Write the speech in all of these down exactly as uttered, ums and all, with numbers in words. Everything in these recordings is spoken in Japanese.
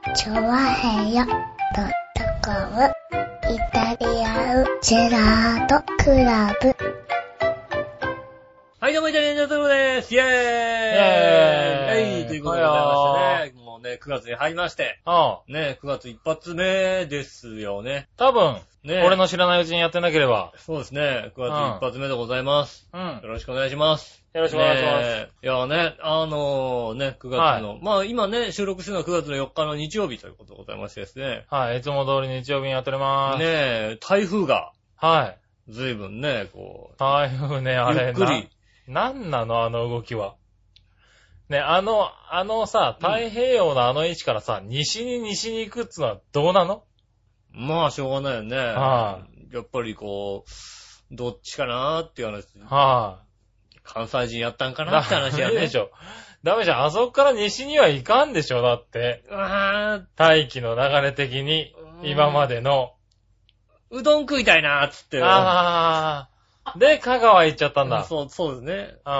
チョワヘヨドットコムイタリアンジェラートクラブ。 はい、どうもイタリアンジェラートクラブです。イェーイイェーイはい、ということでございましてね、もうね、くがつに入りまして、 ああね、くがつ一発目ですよね。 多分、 ね、 俺の知らないうちにやってなければ。 そうですね、くがつ一発目でございます。 うん。 よろしくお願いします。 よろしくお願いします。 ね、いやね、あのー、ね、くがつの、はい、まあ今ね、収録してるのはくがつのよっかの日曜日ということでございましてですね。 はい、いつも通り日曜日にやっております。 ねえ、台風が。 はい。 ずいぶんね、こう。 台風ね、あれ。 ゆっくり。 な、なんなのあの動きは。ね、あの、あのさ、太平洋のあの位置からさ、うん、西に西に行くっつうのはどうなの？ まあ、しょうがないよね。 はい。やっぱりこう、どっちかなーっていう話。 はい。 関西人やったんかなって話やね。 ダメでしょ。ダメじゃん。あそこから西には行かんでしょ、だって。 あ大気の流れ的に、今までの。 うどん食いたいなーっつって。 ああ。で、香川行っちゃったんだ。 そう、そうですね。 うん。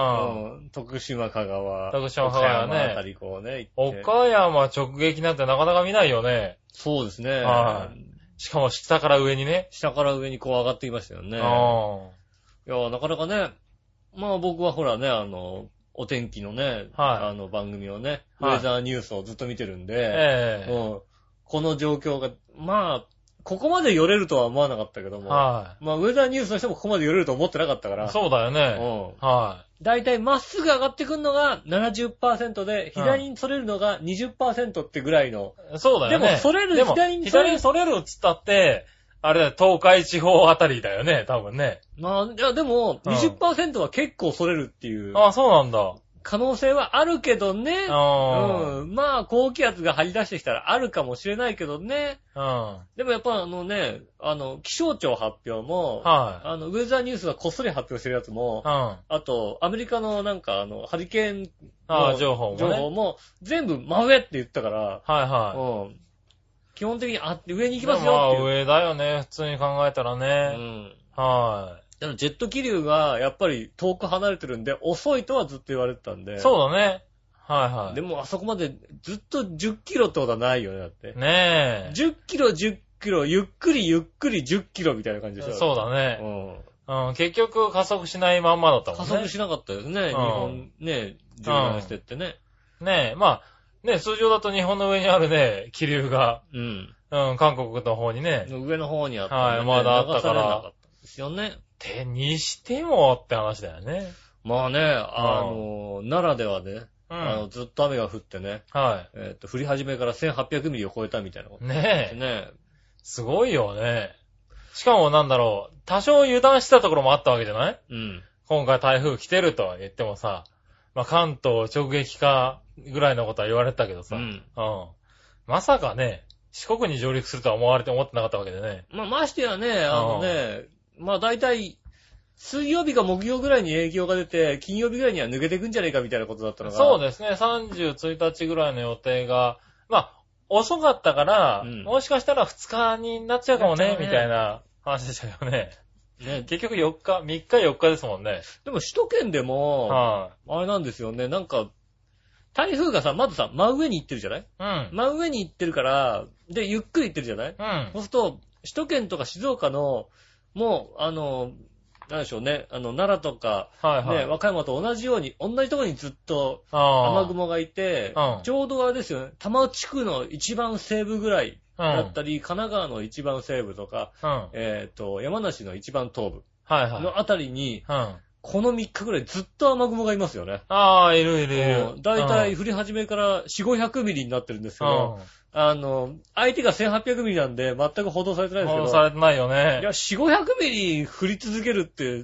うん、徳島、香川。 徳島、香川ね。 岡山あたりこうね。 岡山直撃なんてなかなか見ないよね。 そうですね。 はい。しかも下から上にね。 下から上にこう上がってきましたよね。 うん。 いや、なかなかね、まあ僕はほらね、あの、お天気のね、はい、あの番組をね、はい、ウェザーニュースをずっと見てるんで、 ええうん、この状況が、まあ、ここまで寄れるとは思わなかったけども、はい、まあウェザーニュースの人もここまで寄れると思ってなかったから。 そうだよね。うん、はい。 だいたいまっすぐ上がってくるのが ななじゅっパーセント で、左にそれるのが にじゅっパーセント ってぐらいの。 そうだよね。 でも、それる、 左にそれる。左にそれるっつったって、あれだよ、東海地方あたりだよね、多分ね。 まあ、いや、でも、にじゅっパーセント は結構それるっていう。 ああ、そうなんだ。 可能性はあるけどね。うん。まあ、高気圧が張り出してきたらあるかもしれないけどね。 うん。 でもやっぱあのね、あの、気象庁発表も、 はい。 あの、ウェザーニュースがこっそり発表してるやつも、うん。あと、アメリカのなんかあの、ハリケーンの情報も、ね、 情報も全部真上って言ったから、 はいはい。 うん。基本的にあ上に行きますよっていう。 まあ上だよね、普通に考えたらね。うん。はい。 だからジェット気流がやっぱり遠く離れてるんで、遅いとはずっと言われてたんで。 そうだね。はいはい。 でもあそこまでずっとじゅっキロってことはないよね、だって。 ねえ。 じゅっキロ、じゅっキロ、ゆっくりゆっくりじゅっキロみたいな感じでしょ。 そうだね。うん。うん。結局加速しないまんまだったもんね。 加速しなかったですね、うん、日本ね、縦断してってね。 うん、ねえ、まあ、ね、通常だと日本の上にあるね、気流が。うん。うん、韓国の方にね。 上の方にあった、 ね。はい、まだあったから。流されなかったですよね。 手にしてもって話だよね。 まあね、あの、奈良ではね、うん、あのずっと雨が降ってね。はい。えっと、降り始めからせんはっぴゃくミリを超えたみたいなこと。 ねえ。 ねえ。 すごいよね。しかもなんだろう、多少油断してたところもあったわけじゃない？うん。今回台風来てるとは言ってもさ、まあ関東直撃かぐらいのことは言われてたけどさ。うん。うん。まさかね、四国に上陸するとは思われて思ってなかったわけでね。 まあ、ましてやね、あのね、まあ大体、水曜日か木曜ぐらいに影響が出て、金曜日ぐらいには抜けていくんじゃないかみたいなことだったのが。 そうですね、さんじゅういちにちぐらいの予定が、まあ、遅かったから、うん、もしかしたらふつかになっちゃうかもね、ねみたいな話でしたけどね。ね、結局よっか、みっかよっかですもんね。 でも首都圏でも、はあ、あれなんですよね、なんか、台風がさ、まずさ、真上に行ってるじゃない？うん。真上に行ってるから、で、ゆっくり行ってるじゃない？うん。そうすると、首都圏とか静岡の、もう、あの、なんでしょうね、あの、奈良とか、はいはい、ね、和歌山と同じように、同じところにずっと雨雲がいて、うん、ちょうどあれですよね、多摩地区の一番西部ぐらいだったり、うん、神奈川の一番西部とか、うん、えっと、山梨の一番東部のあたりに、はいはい、このみっかぐらいずっと雨雲がいますよね。 ああ、いるいるいる。 だいたい降り始めからよんひゃく、ごひゃくミリになってるんですけど、あの、相手がせんはっぴゃくミリなんで、全く報道されてないですけど。 報道されてないよね。いや、 よんひゃく、ごひゃくミリ降り続けるって、うん。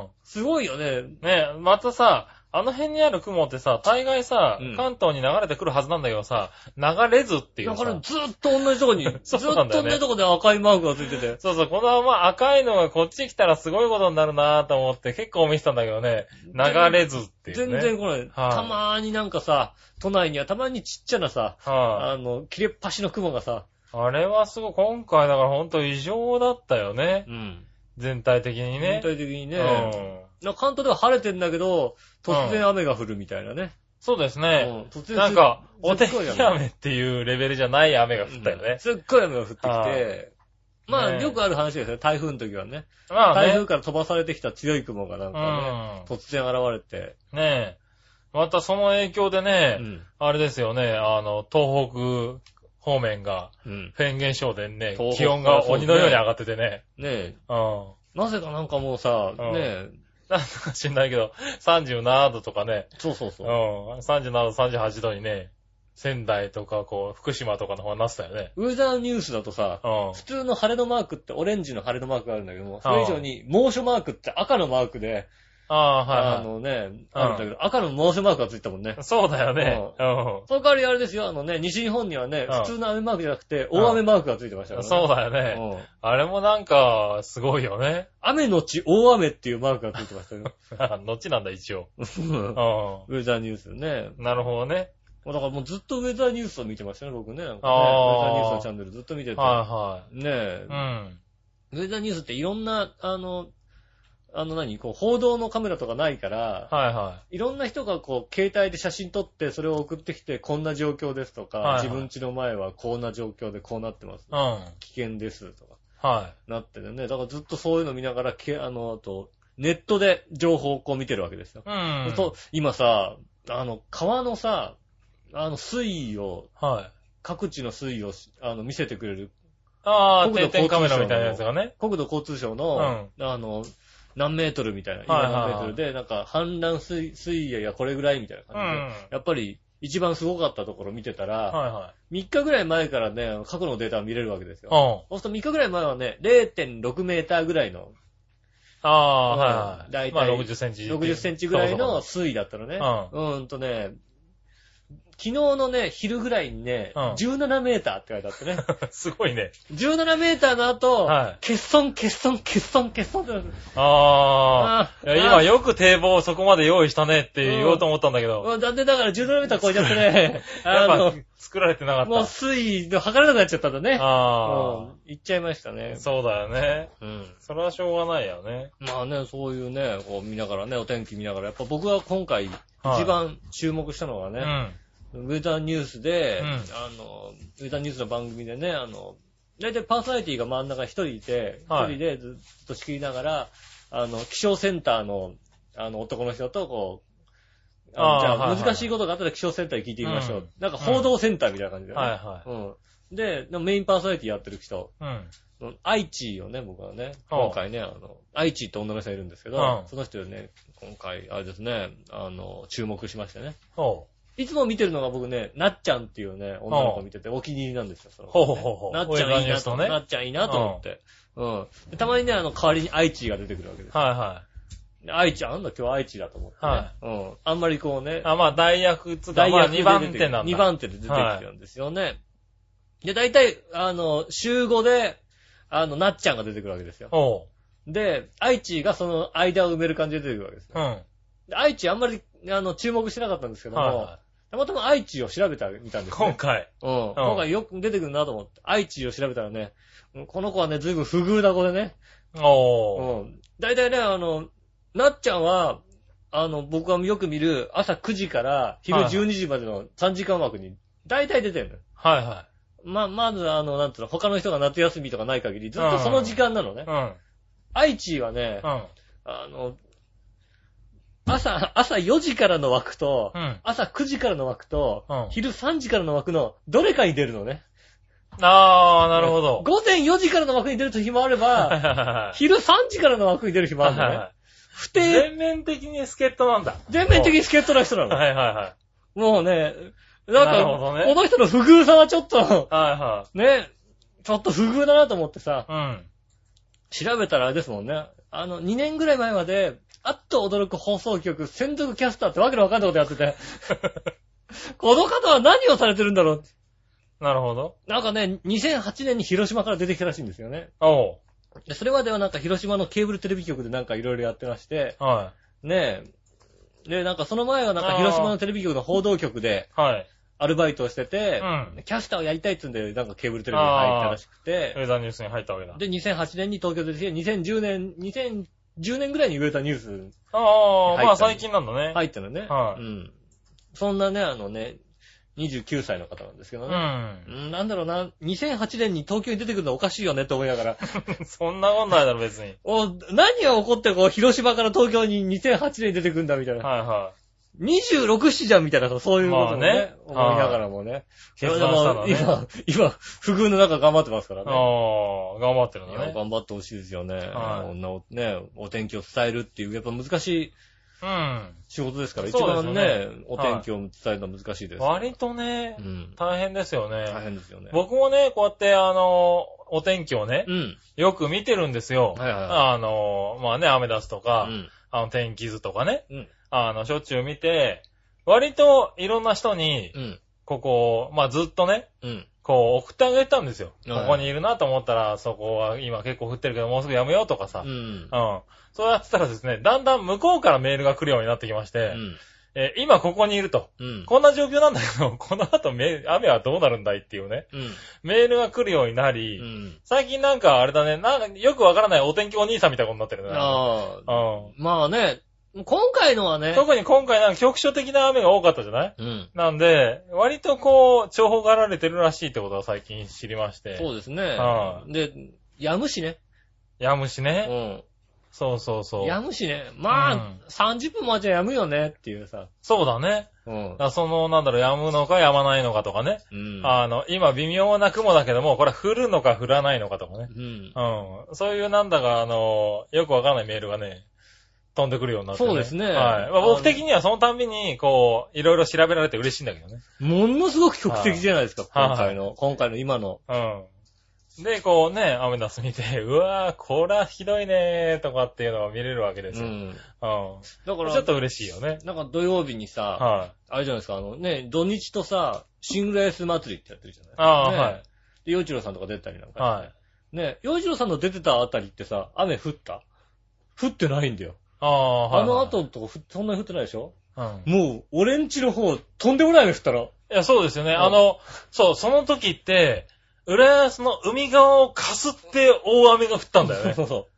すごいよね。 ねまたさ、あの辺にある雲ってさ、大概さ、うん、関東に流れてくるはずなんだけどさ、流れずっていうさ。 だからずっと同じとこに、そうずっと同じとこで赤いマークがついてて。 そうそう、このまま赤いのがこっちに来たらすごいことになるなぁと思って結構見てたんだけどね、流れずっていうね。 全然来ない。はあ、たまーになんかさ、都内にはたまにちっちゃなさ、はあ、あの、切れっ端の雲がさ。 あれはすごい、今回だからほんと異常だったよね。うん。全体的にね。 全体的にね。うん。関東では晴れてんだけど、突然雨が降るみたいなね。 うん、 そうですね。うん、突然なんか、お天気雨っていうレベルじゃない雨が降ったよね。うん、 すっごい雨が降ってきて、まあ、ね、よくある話ですよ。台風の時はね。まあね。台風から飛ばされてきた強い雲がなんかね、うん、突然現れて。 ねえ。またその影響でね、うん、あれですよね、あの、東北方面が、フェーン現象でね、うん、気温が鬼のように上がっててね。 ねえ。うん。なぜかなんかもうさ、うん、ねえ。 なんだか知んないけど、さんじゅうななどとかね。 そうそうそう。 うん。さんじゅうななど、さんじゅうはちどにね、仙台とか、こう、福島とかの方がなってたよね。 ウェザーニュースだとさ、うん、普通の晴れのマークってオレンジの晴れのマークがあるんだけども、それ以上に猛暑マークって赤のマークで、 ああ、はい、はい。 あのね、あるんだけど、うん、赤の猛暑マークがついたもんね。 そうだよね。 うん。その代わりあれですよ、あのね、西日本にはね、うん、普通の雨マークじゃなくて、大雨マークがついてましたからね。 そうだよね。うん。あれもなんか、すごいよね。 雨のち大雨っていうマークがついてましたよ。 のちなんだ、一応。 うん。ウェザーニュースね。 なるほどね。 だからもうずっとウェザーニュースを見てましたね、僕ね。なんかね、ウェザーニュースのチャンネルずっと見てて。 はいはい。 ねえ。うん。ウェザーニュースっていろんな、あの、あの何こう、報道のカメラとかないから、 はいはい。 いろんな人がこう、携帯で写真撮って、それを送ってきて、こんな状況ですとか、はいはい、自分家の前はこんな状況でこうなってます。 うん。 危険ですとか。はい。 なってるね。だからずっとそういうの見ながら、けあの、あと、ネットで情報をこう見てるわけですよ。 うん。 と今さ、あの、川のさ、あの、水位を、 はい。 各地の水位を、あの、見せてくれる。 ああ、定点カメラみたいなやつがね。 国土交通省の、うん、あの、何メートルみたいな、今何メートルで、なんか、氾濫水、水位がこれぐらいみたいな感じで、うん、やっぱり、一番すごかったところ見てたら、 はいはい、 みっかぐらい前からね、過去のデータを見れるわけですよ。そうするとみっかぐらい前はね、れいてんろくメーターぐらいの、 ああ、はいはい。 だいたいまあろくじゅっセンチ。 ろくじゅっセンチぐらいの水位だったのね。うん、うんとね、昨日のね、昼ぐらいにね、うん、じゅうななメーターって書いてあってね。 すごいね。 じゅうななメーターの後、はい、欠損、欠損、欠損、欠損ってなる。 ああ。いや今よく堤防をそこまで用意したねって言おうと思ったんだけど。 うん、だってだからじゅうななメーター超えちゃってね。 やっぱ作られてなかった。 もう水位で測れなくなっちゃったんだね。 ああ、うん。 行っちゃいましたね。 そうだよね。 うん。 それはしょうがないよね。 まあね、そういうね、こう見ながらね、お天気見ながら、やっぱ僕は今回一番注目したのがね、はい、ウェザーニュースで、うん、あの、ウェザーニュースの番組でね、あの、だいたいパーソナリティが真ん中一人いて、一、はい、人でずっと仕切りながら、あの、気象センターの、あの、男の人と、こう、あじゃあ、はいはい、難しいことがあったら気象センターに聞いてみましょう。うん、なんか報道センターみたいな感じで、ね。 はいはい。 うん。で、メインパーソナリティやってる人。 うん。 愛知をね、僕はね、今回ね、あの、愛知って女の人がいるんですけど、うん、その人でね、今回、あれですね、あの、注目しましてね。いつも見てるのが僕ね、なっちゃんっていうね、女の子見ててお気に入りなんですよ。その、ね、 ほうほうほう。 なっちゃんいいなと、ね、なっちゃんいいなと思って。うん。でたまにね、あの、代わりに愛知が出てくるわけです。 はいはい。 愛知、なんだ今日愛知だと思ってね。はい。うん。あんまりこうね。 あ、まあ代役つか、まあにばん手なんだ。 にばん手で出てきてるんですよね。はい、で、大体、あの、週ごで、あの、なっちゃんが出てくるわけですよ。 おう。で、愛知がその間を埋める感じで出てくるわけですよ。 うん。 で愛知あんまり、あの、注目してなかったんですけども、はいはい、たまたま愛知を調べてみたんですね。 今回。 うん。今回よく出てくるなと思って、愛知を調べたらね、この子はね、ずいぶん不遇な子でね。 おー。 うん。大体ね、あの、なっちゃんは、あの、僕がよく見る朝くじから昼じゅうにじまでのさんじかん枠に大体出てるのよ。 はいはい。 ま、まずあの、なんていうの、他の人が夏休みとかない限りずっとその時間なのね。 うん。 愛知はね、 うん。 あの、朝、朝よじからの枠と、 うん、 朝くじからの枠と、 うん、 昼さんじからの枠のどれかに出るのね。 あー、なるほど。 午前よじからの枠に出る日もあれば、昼さんじからの枠に出る日もあるのね。不定。 全面的に助っ人なんだ。 全面的に助っ人な人なの。 はいはいはい。 もうね、なんか、 なるほどね、 この人の不遇さはちょっと、はいはい。 ね、ちょっと不遇だなと思ってさ、 うん。 調べたらあれですもんね。あの、にねんぐらい前まで、あっと驚く放送局、専属キャスターってわけのわかんないことやってて、この方は何をされてるんだろう。 なるほど。 なんかね、にせんはちねんに広島から出てきたらしいんですよね。 おう。 で、それまではなんか広島のケーブルテレビ局でなんかいろいろやってまして、 はい。 ねえ。で、なんかその前はなんか広島のテレビ局の報道局で、 はい。 アルバイトをしてて、 うん、 キャスターをやりたいっつうんで、なんかケーブルテレビに入ったらしくて、 ウェザーニュースに入ったわけだ。 で、にせんはちねんに東京で出てきて、にせんじゅうねん、にせんじゅうねんぐらいにウェザーニュース。 ああ、まあ最近なんだね。 入ったのね。 はい。 うん。 そんなね、あのね、にじゅうきゅうさいの方なんですけどね。うん。なんだろうな、にせんはちねんに東京に出てくるのおかしいよねって思いながら。 そんなことないだろ、別に。 お、何が起こってこう、広島から東京ににせんはちねんに出てくるんだみたいな。 はいはい。 にじゅうろく、ななじゃんみたいな、そういうことをね、ね思いながらもね。 決断したのね。 今、今、不遇の中頑張ってますからね。 ああ、頑張ってるんだね。 頑張ってほしいですよね。 はい。 ね、お天気を伝えるっていう、やっぱ難しい。うん。仕事ですから、 一番ね、お天気を伝えるのは難しいです。 割とね、大変ですよね。 大変ですよね。 僕もね、こうやって、あの、お天気をね、よく見てるんですよ。あの、まあね、アメダスとか、あの、天気図とかね、あの、しょっちゅう見て、割といろんな人に、ここ、まあずっとね、こう送ってあげたんですよ。ここにいるなと思ったら、そこは今結構降ってるけど、もうすぐやめようとかさ。うん。うん。そうやってたらですね、だんだん向こうからメールが来るようになってきまして、うん、えー、今ここにいると、うん。こんな状況なんだけど、この後雨はどうなるんだいっていうね、うん、メールが来るようになり、うん、最近なんかあれだね、なんかよくわからないお天気お兄さんみたいなことになってるね。ああ。うん。まあね、今回のはね。 特に今回なんか局所的な雨が多かったじゃない？うん。なんで、割とこう、情報がられてるらしいってことは最近知りまして。 そうですね。うん。で、やむしね。 やむしね。うん。そうそうそう。 やむしね。まあ、うん、さんじゅっぷん待ちゃやむよねっていうさ。 そうだね。うん。だその、なんだろう、やむのかやまないのかとかね。うん。あの、今微妙な雲だけども、これ降るのか降らないのかとかね。うん。うん。そういうなんだか、あの、よくわかんないメールがね、飛んでくるようになって、ね。 そうですね。はい。 まあ、僕的にはそのたんびに、こう、いろいろ調べられて嬉しいんだけどね。 ものすごく局的じゃないですか、今回の、今回の今の。うん。 で、こうね、アメダス見て、うわぁ、こらひどいねーとかっていうのが見れるわけですよ。うん。うん。だから、ちょっと嬉しいよね。 なんか土曜日にさ、はい。あれじゃないですか、あのね、土日とさ、シングルレース祭りってやってるじゃないですか。ああ、ね、はい。で、洋一郎さんとか出たりなんかして。はい。ね、洋一郎さんの出てたあたりってさ、雨降った？降ってないんだよ。ああ、はい、はい。あの後とかそんなに降ってないでしょ？うん。もう、俺んちの方、とんでもない雨降ったら。いや、そうですよね。うん、あの、そう、その時って、浦安の海側をかすって大雨が降ったんだよね。そうそう。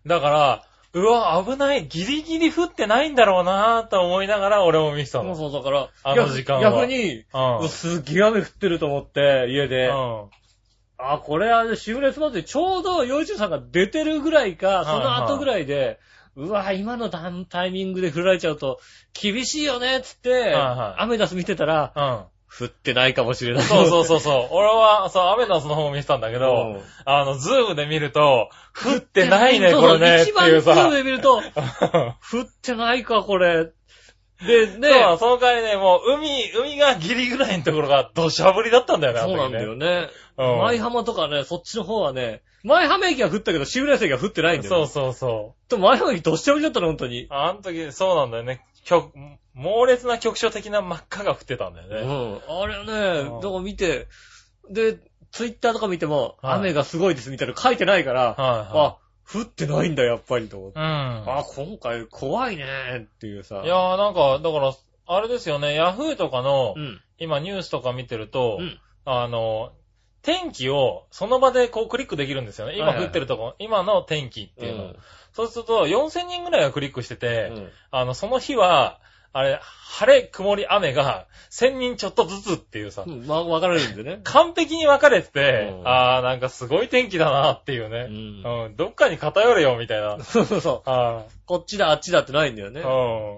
だから、うわ、危ない、ギリギリ降ってないんだろうなぁと思いながら俺も見てたの。 そうそう、だから、 あの時間は。 逆に、うん、すっげえ雨降ってると思って、家で。うん、あ、これはシングルレース祭りちょうど洋一郎さんが出てるぐらいか、その後ぐらいで、はいはい、うわ、今のタイミングで降られちゃうと、厳しいよね、つって、はいはい、アメダス見てたら、うん降ってないかもしれない。 そうそうそうそう。俺は、そう、アメダスの方を見てたんだけど、うん、あの、ズームで見ると、降ってないね、これね。 一番ズームで見ると、降ってないか、これ。で、ね。 そう、その代わりね、もう、海、海がギリぐらいのところが土砂降りだったんだよね、 そうなんだよね。うん、舞浜とかね、そっちの方はね、舞浜駅は降ったけど、シングルレース駅は降ってないんだよね。 そうそうそう。 でも舞浜駅土砂降りだったの、本当に。 あの時、そうなんだよね。猛烈な局所的な真っ赤が降ってたんだよね。 うん。あれね、だから見て、で、ツイッターとか見ても、はい、雨がすごいですみたいなの書いてないから、はいはい、あ、降ってないんだ、やっぱりと思って。うん。あ、今回怖いねっていうさ。 いやーなんか、だから、あれですよね、ヤフーとかの、うん、今ニュースとか見てると、うん、あの、天気をその場でこうクリックできるんですよね。今降ってるとこ、はいはい、今の天気っていうの。うん、そうするとよんせんにんぐらいがクリックしてて、うん、あの、その日は、あれ、晴れ、曇り、雨が、せんにんちょっとずつっていうさ。 うん、ま、分かれるんでね。 完璧に分かれてて、うん、あー、なんかすごい天気だなっていうね。うん。うん、どっかに偏るよ、みたいな。 そうそうそう。あこっちだ、あっちだってないんだよね。うん。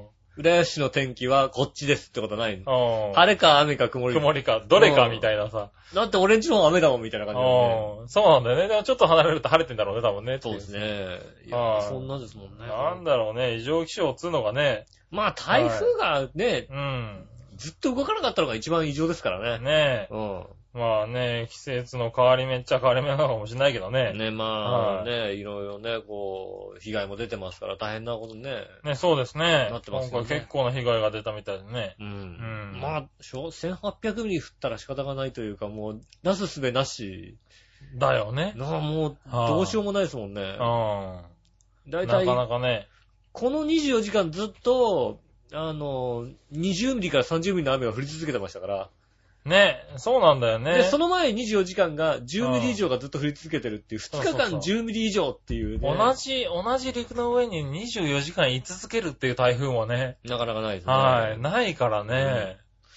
浦安市の天気はこっちですってことないの。うん。晴れか雨か曇りか。 曇りか、どれかみたいなさ。 だって俺んちの方雨だもんみたいな感じだね。 うん。そうなんだよね。でもちょっと離れると晴れてんだろうね、多分ね。 そうですね。いや、そんなですもんね。 なんだろうね、異常気象っつうのがね。 まあ台風がね、はい、うん。ずっと動かなかったのが一番異常ですからね。 ねえ。うん。まあね、季節の変わり目っちゃ変わり目なのかもしれないけどね。 ね、まあ、はい、ね、いろいろね、こう、被害も出てますから大変なことね。 ね、そうですね。なってますね。今回結構な被害が出たみたいでね。うん。 うん、まあ、せんはっぴゃくミリ降ったら仕方がないというか、もう、なすすべなし。 だよね。 なあ、もう、どうしようもないですもんね。 うん。だいたい、なかなかね。 このにじゅうよじかんずっと、あの、にじゅうミリからさんじゅうミリの雨が降り続けてましたから。 ね、そうなんだよね。 で、その前にじゅうよじかんがじゅうミリ以上がずっと降り続けてるっていう、ふつかかんじゅうミリ以上っていうね。 同じ、同じ陸の上ににじゅうよじかん居続けるっていう台風もね。 なかなかないですね。 はい、ないからね。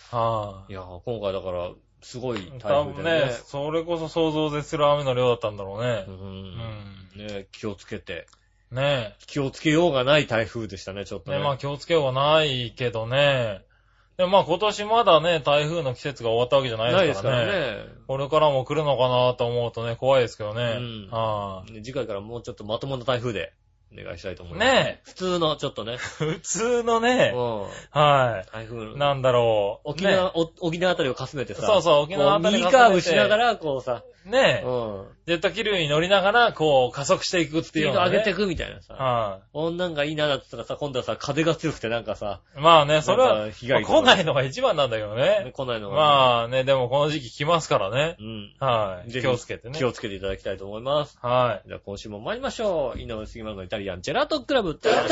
はい。いや、今回だから、すごい台風でね。 多分ね、それこそ想像を絶する雨の量だったんだろうね。 うん。うん、ね、気をつけて。 ね気をつけようがない台風でしたね、ちょっとね。 ね、まあ気をつけようがないけどね。でもまあ今年まだね、台風の季節が終わったわけじゃないですからね。ないですからね。これからも来るのかなと思うとね、怖いですけどね。うん。はあ、次回からもうちょっとまともな台風で。お願いしたいと思います。 ねえ。 普通の、ちょっとね。 普通のね。うん。はい。台風。なんだろう。 沖縄、ね、沖縄あたりをかすめてさ。 そうそう、沖縄あたりをかすめて。右カーブしながら、こうさ。 ねえ。うん。ジェット気流に乗りながら、こう、加速していくっていうのを、ね。 上げていくみたいなさ。はい。女がいいなだったらさ、今度はさ、風が強くてなんかさ。 まあね、それは、被害、まあ、来ないのが一番なんだけどね。 来ないのが、 ね。まあね、でもこの時期来ますからね。うん。はい。気をつけてね。 気をつけていただきたいと思います。 はい。 じゃあ今週も参りましょう。井上杉村のイタリアンジェラートクラブ。ジェラー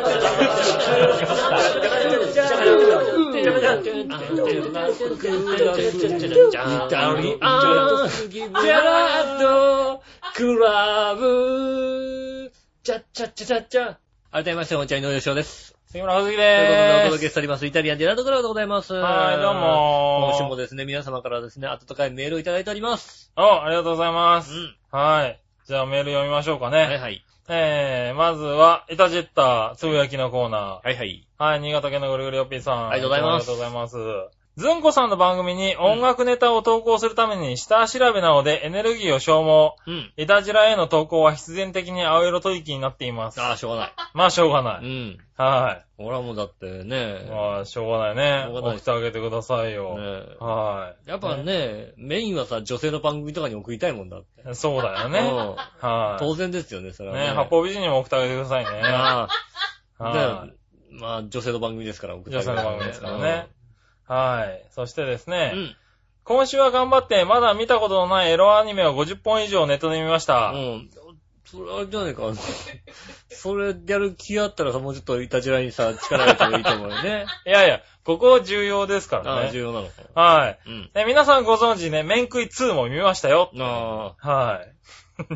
トクラブ。チャッチャッチャチャッチャ。改めまして、こんにちは、井上芳雄です。 杉村和樹でーす。 ということで、お届けしております、イタリアンジェラートクラブでございます。 はい、どうもー。今週もですね、皆様からですね、温かいメールをいただいております。 あ、ありがとうございます。うん。はい。じゃあメール読みましょうかね。 はいはい。 えー、まずは、イタジェッター、つぶやきのコーナー。 はいはい。 はい、新潟県のぐるぐるよっぴーさん。 ありがとうございます。ありがとうございます。ずんこさんの番組に音楽ネタを投稿するために下調べなのでエネルギーを消耗。うん。イタジラへの投稿は必然的に青色吐息になっています。 ああ、しょうがない。 まあ、しょうがない。 うん。 はい。 俺はもうだってね。 まあ、しょうがないね。しょうがない。送ってあげてくださいよ。ね、はい。やっぱね、ね、メインはさ、女性の番組とかに送りたいもんだって。 そうだよね。うん。 はい。当然ですよね、それはね。 ね、八方美人にも送ってあげてくださいね。ああ。はい。まあ、女性の番組ですから送ってあげてください。 女性の番組ですからね。はい。そしてですね、うん、今週は頑張ってまだ見たことのないエロアニメをごじゅっぽん以上ネットで見ました。うん。 それあれじゃないか。それやる気あったらさ、もうちょっといたじらにさ、力入れてもいいと思うよね。 いやいや、ここ重要ですからね。 ああ、重要なのか。 はい。うん、え皆さんご存知ね、面食いツーも見ましたよ。ああ。はい。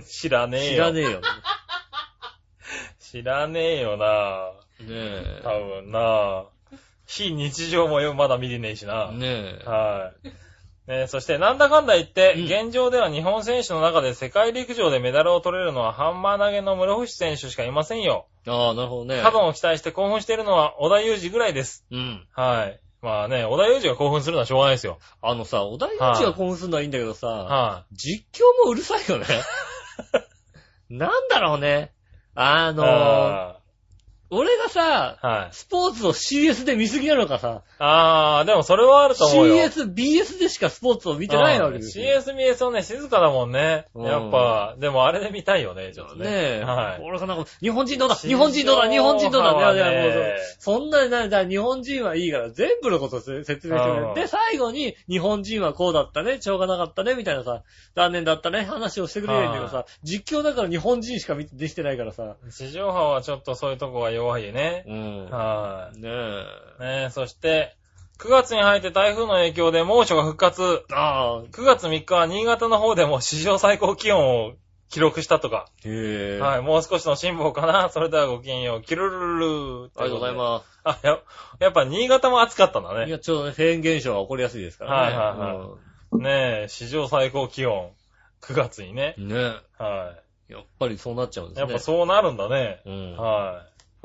知らねえよ。 知らねえよ。 知らねえよな。 ねえ。 多分な。非日常もよ、まだ見れねえしな。 ねえ。 はい。ねえ、そして、なんだかんだ言って、うん、現状では日本選手の中で世界陸上でメダルを取れるのはハンマー投げの室伏選手しかいませんよ。 ああ、なるほどね。 過度を期待して興奮しているのは小田裕二ぐらいです。うん。はい。まあね、小田裕二が興奮するのはしょうがないですよ。 あのさ、小田裕二が興奮するのはいいんだけどさ、 はい、 実況もうるさいよね。なんだろうね。あのー、あ俺がさ、はい、スポーツを シーエス で見すぎなのかさ。 あー、でもそれはあると思うよ。 シーエス、ビーエス でしかスポーツを見てないわけですよ。 シーエス、ビーエス はね、静かだもんね。やっぱ、でもあれで見たいよね、ちょっとね。 ねえ。はい。俺がなんか、日本人どうだ日本人どうだ日本人どうだいやいや、もう、そんなになんだ、日本人はいいから全部のことを説明してくれる。で、最後に、日本人はこうだったね、しょうがなかったね、みたいなさ、残念だったね、話をしてくれるんだけどさ、実況だから日本人しか見てできてないからさ。 地上波はちょっとそういうとこが弱いよね。うん。はい。ねえ。ねえ、そして、くがつに入って台風の影響で猛暑が復活。ああ。くがつみっかは新潟の方でも史上最高気温を記録したとか。へえ。はい、もう少しの辛抱かな。それではごきげんよう。キルルルル。 ありがとうございます。 あ、や、やっぱ新潟も暑かったんだね。 いや、ちょうどね、フェーン現象が起こりやすいですからね。 はいはいはい。うん、ねえ、史上最高気温。くがつにね。 ねえ。 はい。 やっぱりそうなっちゃうんですね。 やっぱそうなるんだね。うん。はい。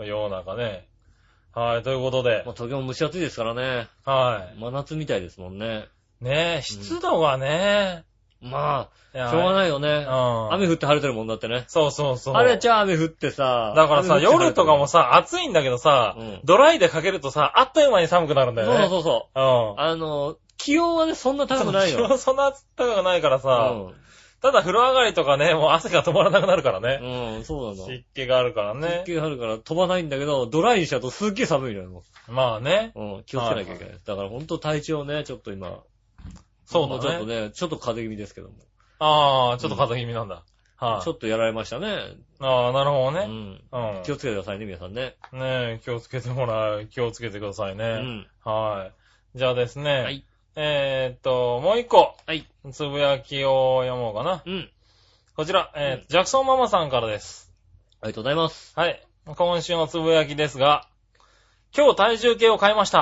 世の中ね。はい、ということで。 まあ、東京も蒸し暑いですからね。 はい。 真夏みたいですもんね。 ねえ、湿度がね、 うん、まあ、しょうがないよね。うん。雨降って晴れてるもんだってね。 そうそうそう。 晴れちゃ雨降ってさ。 だからさ、夜とかもさ、暑いんだけどさ、うん、ドライでかけるとさ、あっという間に寒くなるんだよね。 そうそうそう。うん。あの、気温はね、そんな高くないよ。 気温そんな高くないからさ、うん。ただ風呂上がりとかね、もう汗が止まらなくなるからね。 うん、そうなの。 湿気があるからね。 湿気があるから飛ばないんだけど、ドライにしちゃうとすっげえ寒いのよ。 まあね。 うん、気をつけなきゃいけない。はい、だからほんと体調ね、ちょっと今。 そうだね。 ちょっとね、ちょっと風邪気味ですけども。 ああ、ちょっと風邪気味なんだ。 うん、はい、ちょっとやられましたね。 ああ、なるほどね。 うん。うん、気をつけてくださいね、皆さんね。 ねえ、気をつけてもらう。気をつけてくださいね。うん。はい。じゃあですね。はい。えーっと、もう一個。はい。つぶやきを読もうかな。うん。こちら、えー、うん、ジャクソンママさんからです。 ありがとうございます。 はい。今週のつぶやきですが、今日体重計を買いました。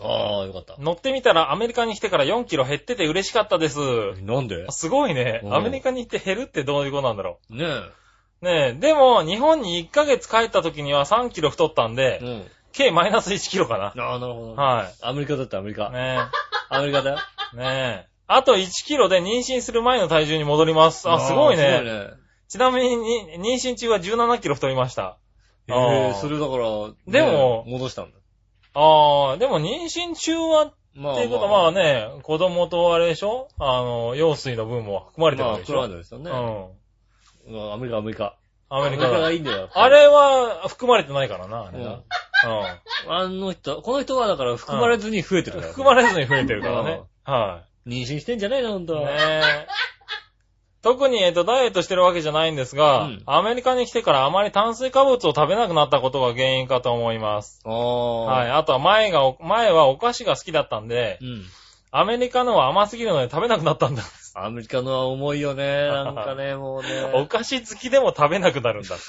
ああ、よかった。 乗ってみたらアメリカに来てからよんキロ減ってて嬉しかったです。 なんですごいね。アメリカに行って減るってどういうことなんだろう。ねえ。ねえ。でも、日本にいっかげつ帰った時にはさんキロ太ったんで、うん、計マイナスいちキロかな。 ああ、なるほど。 はい。 アメリカだったアメリカ。 ねえ。 アメリカだよ。 ねえ。あといちキロで妊娠する前の体重に戻ります。あ、すごいね。すごいね。ちなみに、妊娠中はじゅうななキロ太りました。 ええ、それだから、ね、 でも、 戻したんだ。 ああ、でも妊娠中は、まあ、っていうことはまあね、子供とあれでしょあの、羊水の分も含まれてるわけでしょ。まあ、含まれてるんですよね。うん。アメリカ、アメリカ。 アメリカ。 アメリカがいいんだよ。 あれは含まれてないからな、あれな。うん。 あの人、この人はだから含まれずに増えてるから、ね。 含まれずに増えてるからね。はい。 妊娠してんじゃないのほんと。 ねえ。特に、えっと、ダイエットしてるわけじゃないんですが、うん、アメリカに来てからあまり炭水化物を食べなくなったことが原因かと思います。はい。あとは前が、前はお菓子が好きだったんで、うん、アメリカのは甘すぎるので食べなくなったんだ。 アメリカのは重いよね。なんかね、もうね。 お菓子好きでも食べなくなるんだ。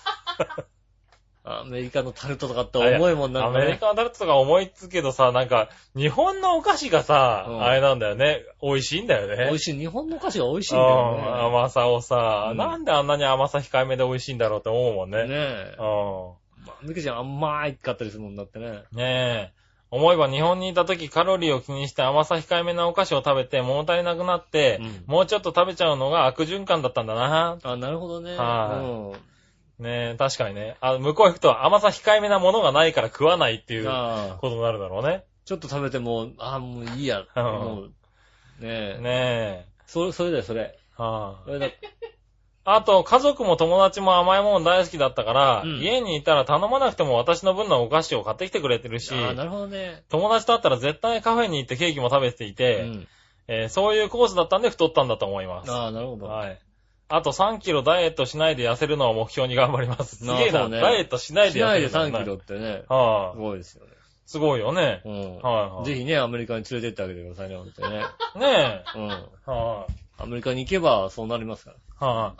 アメリカのタルトとかって重いもんなんかね。アメリカのタルトとか重いっつけどさ、なんか、日本のお菓子がさ、うん、あれなんだよね。美味しいんだよね。 美味しい。日本のお菓子が美味しいんだよね。 甘さをさ、うん、なんであんなに甘さ控えめで美味しいんだろうって思うもんね。 ねえ。うん。ミクちゃん甘いかったりするもんだってね。 ねえ。思えば日本にいた時カロリーを気にして甘さ控えめなお菓子を食べて物足りなくなって、うん、もうちょっと食べちゃうのが悪循環だったんだな。 あ、なるほどね。 はい。ねえ、確かにね。あ、向こう行くと甘さ控えめなものがないから食わないっていうことになるだろうね。 ちょっと食べても、あ、もういいや。うん、もうねえ。 ねえ。 そ、それだよ、それ。 はあ、それだ。あと、家族も友達も甘いもの大好きだったから、うん、家にいたら頼まなくても私の分のお菓子を買ってきてくれてるし、 あ、なるほどね。 友達と会ったら絶対カフェに行ってケーキも食べていて、うんえー、そういうコースだったんで太ったんだと思います。 ああ、なるほど。 はい。あとさんキロダイエットしないで痩せるのを目標に頑張ります。すげえな、ね。ダイエットしないで痩せる。 しないでさんキロってね。 はあ、 すごいですよね。 すごいよね。 うん。はいはい。ぜひね、アメリカに連れてってあげてくださいね、ほんとにね。 ねえ。 うん。はい。アメリカに行けばそうなりますから。はい、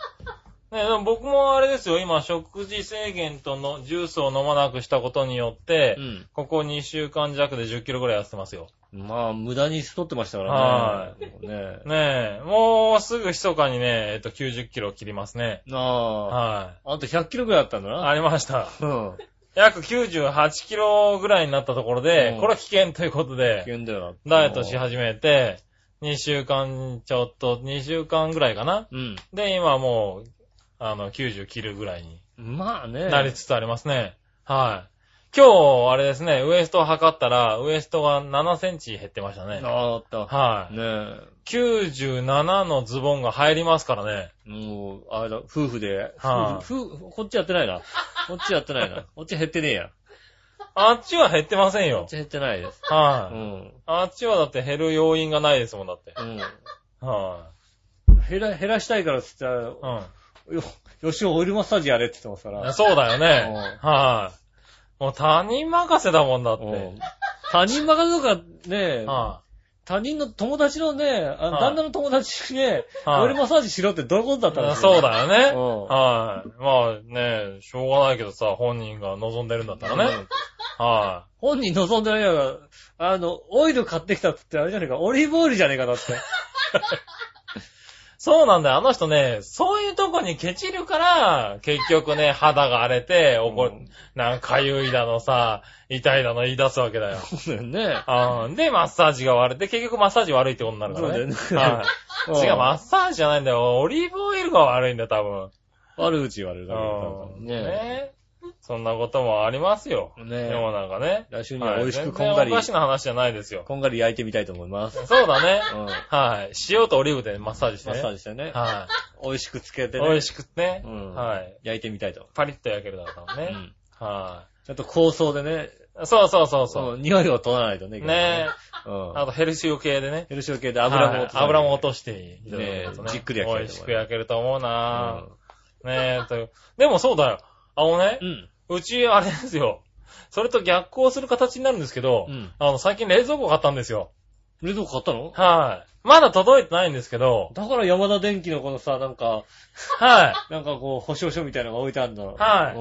ねえ、でも僕もあれですよ、今食事制限とのジュースを飲まなくしたことによって、うん、ここにしゅうかん弱でじゅっキロぐらい痩せてますよ。 まあ、無駄に太ってましたからね。 はい。ねえ。ねえ。もうすぐ密かにね、えっと、きゅうじゅっキロ切りますね。 ああ。はい。あとひゃっキロぐらいあったんだな。 ありました。うん。約きゅうじゅうはちキロぐらいになったところで、うん、これは危険ということで、 危険だよダイエットし始めて、にしゅうかんちょっと、にしゅうかんぐらいかな。うん。で、今もう、あの、きゅうじゅう切るぐらいに。 まあね。 なりつつありますね。はい。今日、あれですね、ウエストを測ったら、ウエストがななセンチ減ってましたね。 ああ、あった。 はい。ねえ。きゅうじゅうななのズボンが入りますからね。 もう、あれだ、夫婦で。はい、夫婦、こっちやってないな。こっちやってないな。こっち減ってねえや。 あっちは減ってませんよ。 こっち減ってないです。 はい、うん。あっちはだって減る要因がないですもん、だって。うん。 はい、減ら、減らしたいからって言ったら、うん。よ、よしおオイルマッサージやれって言ってますから。 そうだよね。はい、もう他人任せだもんだって。 他人任せとかね、はあ、他人の友達のね、あの、はあ、旦那の友達にね、はあ、オイルマッサージしろってどういうことだったんですか、 そうだよね。はい、まあね、しょうがないけどさ、本人が望んでるんだったらね。はい、 あ、本人望んでないやが、あの、オイル買ってきたってあれじゃねえか、オリーブオイルじゃねえかだって。 そうなんだよ。あの人ね、そういうとこにケチるから、結局ね、肌が荒れて、おこ、うん、なんか痒いだのさ、痛いだの言い出すわけだよ。 そうだよね。 うん。で、マッサージが悪い。で、結局マッサージ悪いってことになるからね。そうだよね。はい。違う、マッサージじゃないんだよ。オリーブオイルが悪いんだよ、多分。 悪口言われるだけだからね。 ね。そんなこともありますよ。ねえ。でもなんかね。 来週には美味しくこんがり。 お菓子の話じゃないですよ。 こんがり焼いてみたいと思います。 そうだね。うん。はい。塩とオリーブでマッサージしてね。マッサージしてね。 はい。 美味しくつけてね。 美味しくね。 うん。はい。焼いてみたいと。 パリッと焼けるだろうね。うん。はい。 ちょっと香草でね。 そうそうそうそう。 匂いを取らないとね。 ねえ。うん。あとヘルシオ系でね。 ヘルシオ系で油も落として。 油も落としていい。 ねえ。じっくり焼ける。美味しく焼けると思うなぁ。ねえ。と。でもそうだよ。あのね。うん。うち、あれですよ。それと逆行する形になるんですけど、うん、あの、最近冷蔵庫買ったんですよ。 冷蔵庫買ったの？ はい。まだ届いてないんですけど。 だから山田電機のこのさ、なんか、 はい。 なんかこう、保証書みたいなのが置いてあるんだ。 はい。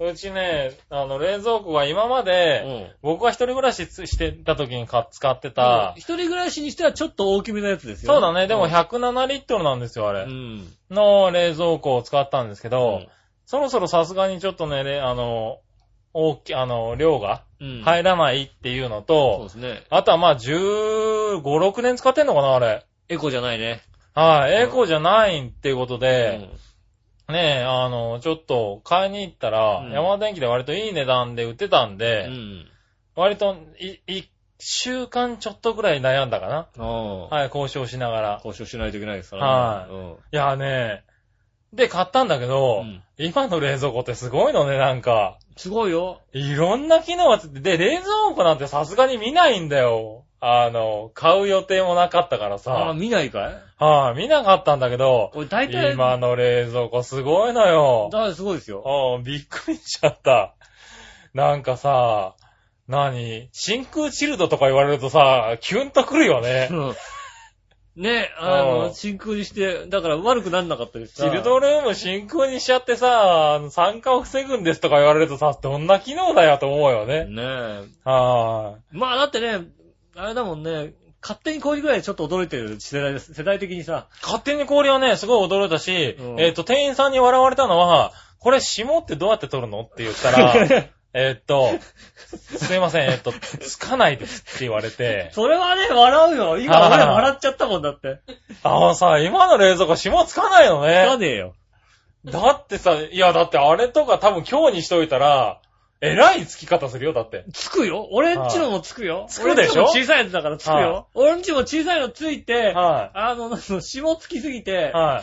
うちね、あの、冷蔵庫が今まで、うん、僕が一人暮らししてた時に使ってた、 うん。一人暮らしにしてはちょっと大きめのやつですよね。 そうだね。でもひゃくななリットルなんですよ、あれ。うん。の冷蔵庫を使ったんですけど、うん、そろそろさすがにちょっとね、あの、大き、あの、量が入らないっていうのと、 うん、そうですね。 あとはまあじゅうご、ろくねん使ってんのかな、あれ。 エコじゃないね。 はい、エコじゃないっていうことで、うん、ねえ、あの、ちょっと買いに行ったら、うん、山田電機で割といい値段で売ってたんで、うん、割とい、一週間ちょっとぐらい悩んだかな。はい、交渉しながら。 交渉しないといけないですからね。はい。うん、いやね、で、買ったんだけど、うん、今の冷蔵庫ってすごいのね、なんか。 すごいよ。 いろんな機能がついて、で、冷蔵庫なんてさすがに見ないんだよ。あの、買う予定もなかったからさ。 あ、見ないかい？ はい、あ、見なかったんだけど、 俺大体今の冷蔵庫すごいのよ。 だからすごいですよ。 うん、びっくりしちゃった。なんかさ、何？真空チルドとか言われるとさ、キュンとくるよね。うんね、あの、真空にして、だから悪くなんなかったですチルドルーム真空にしちゃってさ、酸化を防ぐんですとか言われるとさ、どんな機能だよと思うよね。 ねえ。 はーい。まあだってね、あれだもんね、勝手に氷ぐらいちょっと驚いてる世代です。世代的にさ。 勝手に氷はね、すごい驚いたし、うん、えっと、店員さんに笑われたのは、これ霜ってどうやって取るのって言ったら、えっと、すいません、えっと、つかないですって言われて。 それはね、笑うよ。今俺笑っちゃったもんだって。 ああさ、今の冷蔵庫霜つかないのね。 つかねえよ。 だってさ、いやだってあれとか多分今日にしといたら、えらいつき方するよ、だって。 つくよ。俺んちのもつくよ。 つくでしょ？ 俺んちも小さいやつだからつくよ。俺んちも小さいのついて、はい、あの、霜つきすぎて、はい、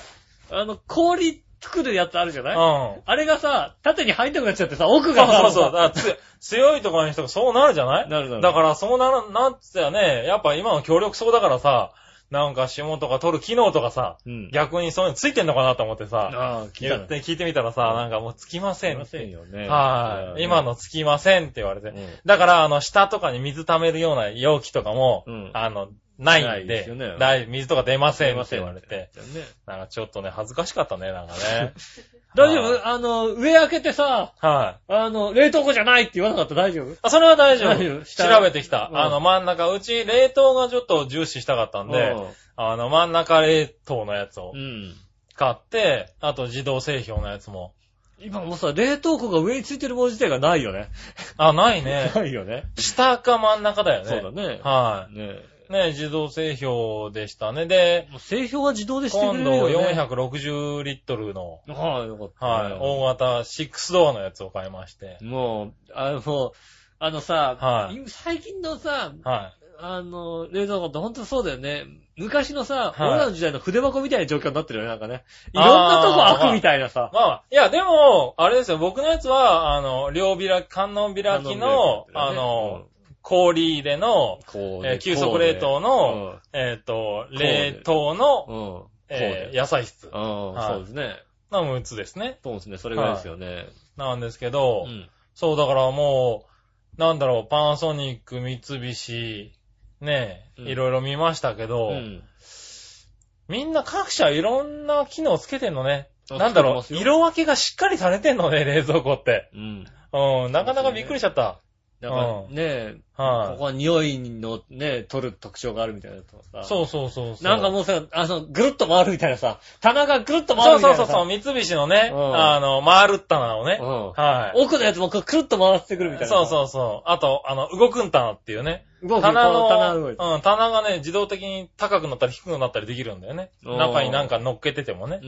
あの、氷、作るやつあるじゃない？うん。あれがさ、縦に入んなくなっちゃってさ、奥がさ、 そうそうだつ強いところの人がそうなるじゃないなるなる。 だからそうなる、なんつったよね、やっぱ今の強力そうだからさ、なんか霜とか取る機能とかさ、うん、逆にそういうのついてんのかなと思ってさ、ああ、聞いて、聞いてみたらさ、なんかもうつきません。 つきませんよね。 はい、今のつきませんって言われて。うん、だから、あの、下とかに水溜めるような容器とかも、うん、あの、ないんで、でね、水とか出ませんって言われて、ね、なんかちょっとね、恥ずかしかったね、なんかね。 大丈夫？あの、上開けてさ、 はい。 あの、冷凍庫じゃないって言わなかった大丈夫？ あ、それは大丈夫。大丈夫。調べてきた。うん、あの、真ん中、うち冷凍がちょっと重視したかったんで、うん、あの、真ん中冷凍のやつを買って、うん、あと自動製氷のやつも。 今もうさ、冷凍庫が上についてるもの自体がないよね。 あ、ないね。 ないよね。 下か真ん中だよね。 そうだね。 はい。ねね、自動製氷でしたね。で、 製氷は自動でしてくれるよね。 今度よんひゃくろくじゅうリットルの、 はい、よかった、ね。 はい、大型シックスドアのやつを買いまして。 もう、あの、あのさ、 はい、 最近のさ、 はい、 あの、冷蔵庫ってほんとそうだよね。昔のさ、はい、俺らの時代の筆箱みたいな状況になってるよね、なんかね。いろんなとこ開くみたいなさ。 まあ、まあ、いや、でも、あれですよ、僕のやつは、あの、両開き、観音開きの、ね、あの、うん氷入れの、えー、急速冷凍の、うん、えっ、ー、と、冷凍の、うんえー、野菜室。 はい、そうですね。 のむっつですね。 そうですね、それぐらいですよね。はい、 なんですけど、うん、そうだからもう、なんだろう、パナソニック、三菱、ね、うん、いろいろ見ましたけど、うん、みんな各社いろんな機能つけてんのね。なんだろう、色分けがしっかりされてんのね、冷蔵庫って。うん。うん、なかなかびっくりしちゃった。 だからね、え、はい、ここは匂いのね、取る特徴があるみたいなとかさ。そうそうそうそう。 なんかもうさ、あの、ぐるっと回るみたいなさ、棚がぐるっと回るみたいなさ。 そうそうそう、三菱のね、うん、あの、回るった棚をね、うん、はい。 奥のやつもくるっと回ってくるみたいな。 そうそうそう。あと、あの、動くん棚っていうね。動く棚の、棚動いてうん、棚がね、自動的に高くなったり低くなったりできるんだよね。中になんか乗っけててもね。うん。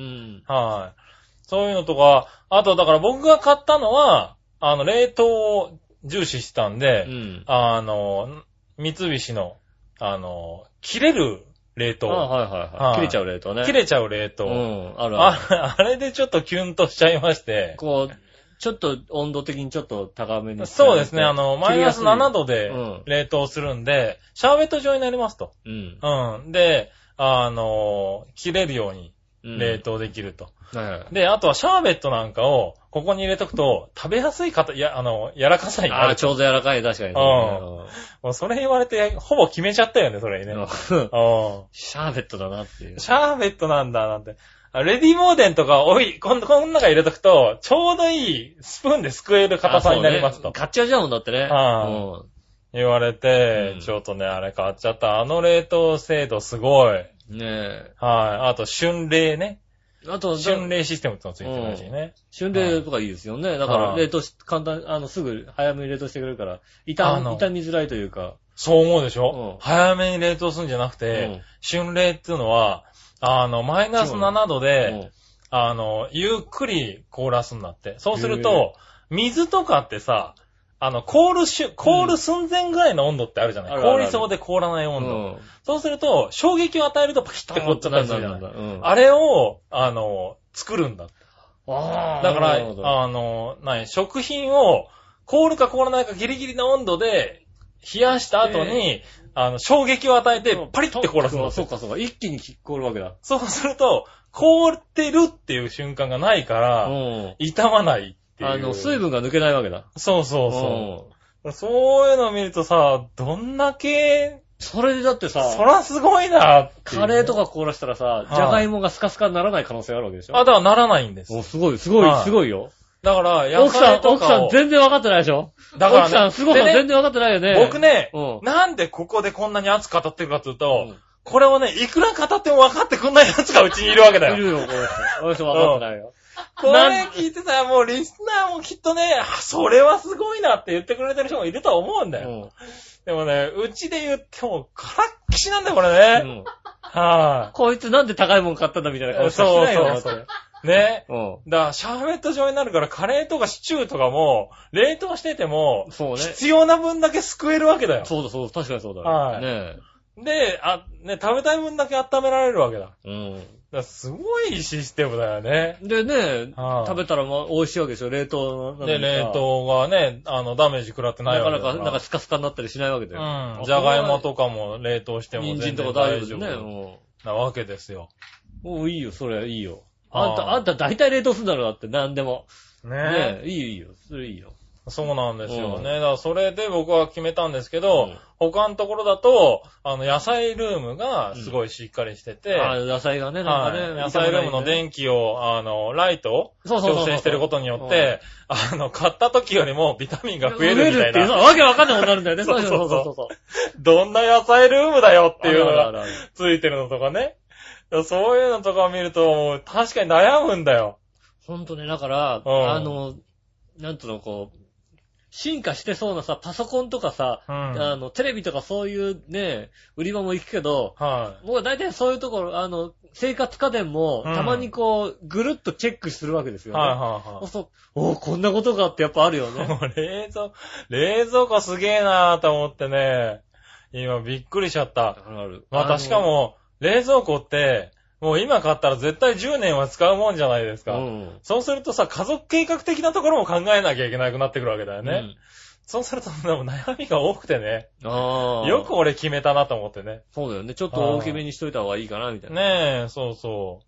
はい。そういうのとか、あと、だから僕が買ったのは、あの、冷凍を、重視したんで、うん、あの、三菱の、あの、切れる冷凍。 あはいはいはい。はあ、切れちゃう冷凍ね。 切れちゃう冷凍。 うん、あるある。 あ、あれでちょっとキュンとしちゃいまして。 こう、ちょっと温度的にちょっと高めに。 そうですね。あの、マイナスななどで冷凍するんで、うん、シャーベット状になりますと。うん。うん。で、あの、切れるように冷凍できると。うんはいはい、で、あとはシャーベットなんかを、 ここに入れとくと、食べやすいかた、いや、あの、柔らかさになる。 ああ、ちょうど柔らかい、確かに、ね。 うん。もうそれ言われて、ほぼ決めちゃったよね、それにね。うん。シャーベットだなっていう。 シャーベットなんだ、なんて。レディモーデンとかおい、こん、こん中入れとくと、ちょうどいいスプーンですくえる硬さになりますと。 ね、買っちゃうじゃんもんだってね。 うん。言われて、うん、ちょっとね、あれ買っちゃった。あの冷凍精度すごい。ねえ。 はい。あと、春冷ね。 あと、 春冷システムってのついてるらしいね。 春冷とかいいですよね。だから、冷凍し、簡単、あの、すぐ早めに冷凍してくれるから、傷み、傷みづらいというか。 そう思うでしょ、うん、早めに冷凍するんじゃなくて、うん、春冷っていうのは、あの、マイナスななどで、うん、あの、ゆっくり凍らすんだって。そうすると、水とかってさ、あの、凍るしゅ、凍る寸前ぐらいの温度ってあるじゃない、うん、凍りそうで凍らない温度、うん。そうすると、衝撃を与えるとパキッて凍っちゃったりするじゃない、うん、あれを、あの、作るんだって。あだから、あの、何、食品を凍るか凍らないかギリギリの温度で冷やした後に、えーあの、衝撃を与えて、パリッて凍らすの。 そうかそうか。一気に凍るわけだ。 そうすると、凍ってるっていう瞬間がないから、傷まないっていう。 あの、水分が抜けないわけだ。 そうそうそう。そういうのを見るとさ、どんだけ、 それでだってさ、 そらすごいなって、 カレーとか凍らしたらさ、じゃがいもがスカスカにならない可能性あるわけでしょ。 あ、だからならないんです。 お、すごい、すごい、すごいよ。 だから、 奥さん、奥さん全然分かってないでしょ。だから、ね、奥さん、すごい、ね、全然分かってないよね。 僕ね、うん、なんでここでこんなに熱く語ってるかというと、うん、これをね、いくら語っても分かってくんない奴がうちにいるわけだよ。 いるよ、この人。この人分かってないよ。 これ聞いてたらもうリスナーもきっとね、それはすごいなって言ってくれてる人もいるとは思うんだよ。うん、でもね、うちで言っても、カラッキシなんだよ、これね。うん、はぁ、こいつなんで高いもん買ったんだみたいな顔してないよ。 そうそうそう。ね。うん。だから、シャーベット状になるから、カレーとかシチューとかも、冷凍してても、そうね。必要な分だけ救えるわけだよ。 そうだそうだ、確かにそうだ。 はい。ねで、あ、ね、食べたい分だけ温められるわけだ。うん。だからすごいシステムだよね。 でね、はあ、食べたらまあ美味しいわけですよ、冷凍の。で、冷凍がね、あの、ダメージ食らってないわけだから。 なかなか、なんかスカスカになったりしないわけだよ。 うん。じゃがいもとかも冷凍しても全然人参とか大丈夫ね。もう。なわけですよ。 おう、いいよ、それいいよ。あんた、あんた大体冷凍するんだろうだって、なんでも。ねえ。ねえ、いいよ、いいよ。それいいよ。 そうなんですよね。だからそれで僕は決めたんですけど、うん、他のところだと、あの、野菜ルームがすごいしっかりしてて、うん、 あ野菜がね、なんかね、 はい、野菜ルームの電気を、あの、ライトを調整してることによって、あの、買った時よりもビタミンが増えるみたいな。増えるっていう、 わけわかんないことになるんだよね。 そうそうそうそう。どんな野菜ルームだよっていうのがついてるのとかね。そういうのとかを見ると、確かに悩むんだよ。 ほんとね、だから、うん、あの、なんとのこう、進化してそうなさ、パソコンとかさ、うん、あの、テレビとかそういうね、売り場も行くけど、はい、僕は大体そういうところ、あの、生活家電も、たまにこう、ぐるっとチェックするわけですよね。はいはいはい。そうおこんなことがってやっぱあるよね。 冷蔵、冷蔵庫すげえなーと思ってね、今びっくりしちゃった。ある。またしかも、冷蔵庫って、もう今買ったら絶対じゅうねんは使うもんじゃないですか。うん、そうするとさ、家族計画的なところも考えなきゃいけなくなってくるわけだよね。うん、そうすると悩みが多くてね。あよく俺決めたなと思ってね。 そうだよね。ちょっと大きめにしといた方がいいかな、みたいな。 ねえ、そうそう。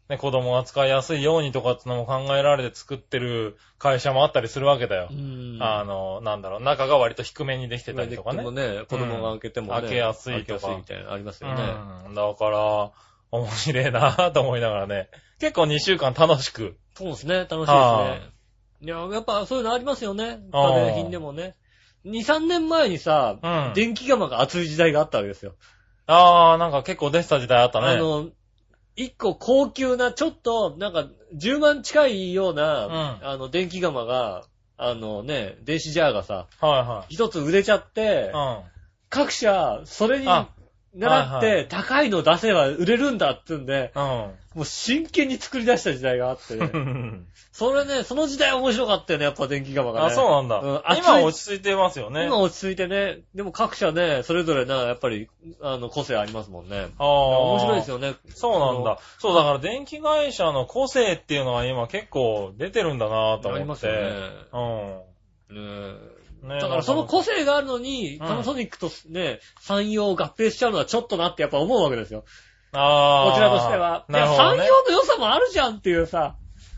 ね、子供が使いやすいようにとかってのも考えられて作ってる会社もあったりするわけだよ。うん、あの、なんだろう、中が割と低めにできてたりとかね。 でもね、子供が開けてもね、 うん、開けやすいとか。 開けやすいみたいなのありますよね。 うん、だから、面白いなぁと思いながらね。結構にしゅうかん楽しく。 そうですね、楽しいですね。いや、やっぱそういうのありますよね。家電品でもね。に、さんねんまえにさ、うん、電気釜が熱い時代があったわけですよ。 あー、なんか結構出てた時代あったね。 あの、一個高級な、ちょっと、なんか、じゅうまん近いような、うん、あの、電気釜が、あのね、電子ジャーがさ、はいはい。一つ売れちゃって、うん、各社、それに、習って、高いの出せば売れるんだって言うんで、うん、もう真剣に作り出した時代があって、ね、それね、その時代面白かったよね、やっぱ電気釜がね。 あ、そうなんだ。うん、今落ち着いてますよね。 今落ち着いてね。でも各社ね、それぞれな、やっぱり、あの、個性ありますもんね。ああ。面白いですよね。 そうなんだ。そう、だから電気会社の個性っていうのは今結構出てるんだなと思って。ありますよね。うん。ねえ。ね、 だからその個性があるのに、パナソニックとね、産業を合併しちゃうのはちょっとなってやっぱ思うわけですよ。ああ。こちらとしては。いや、産業の良さもあるじゃんっていうさ。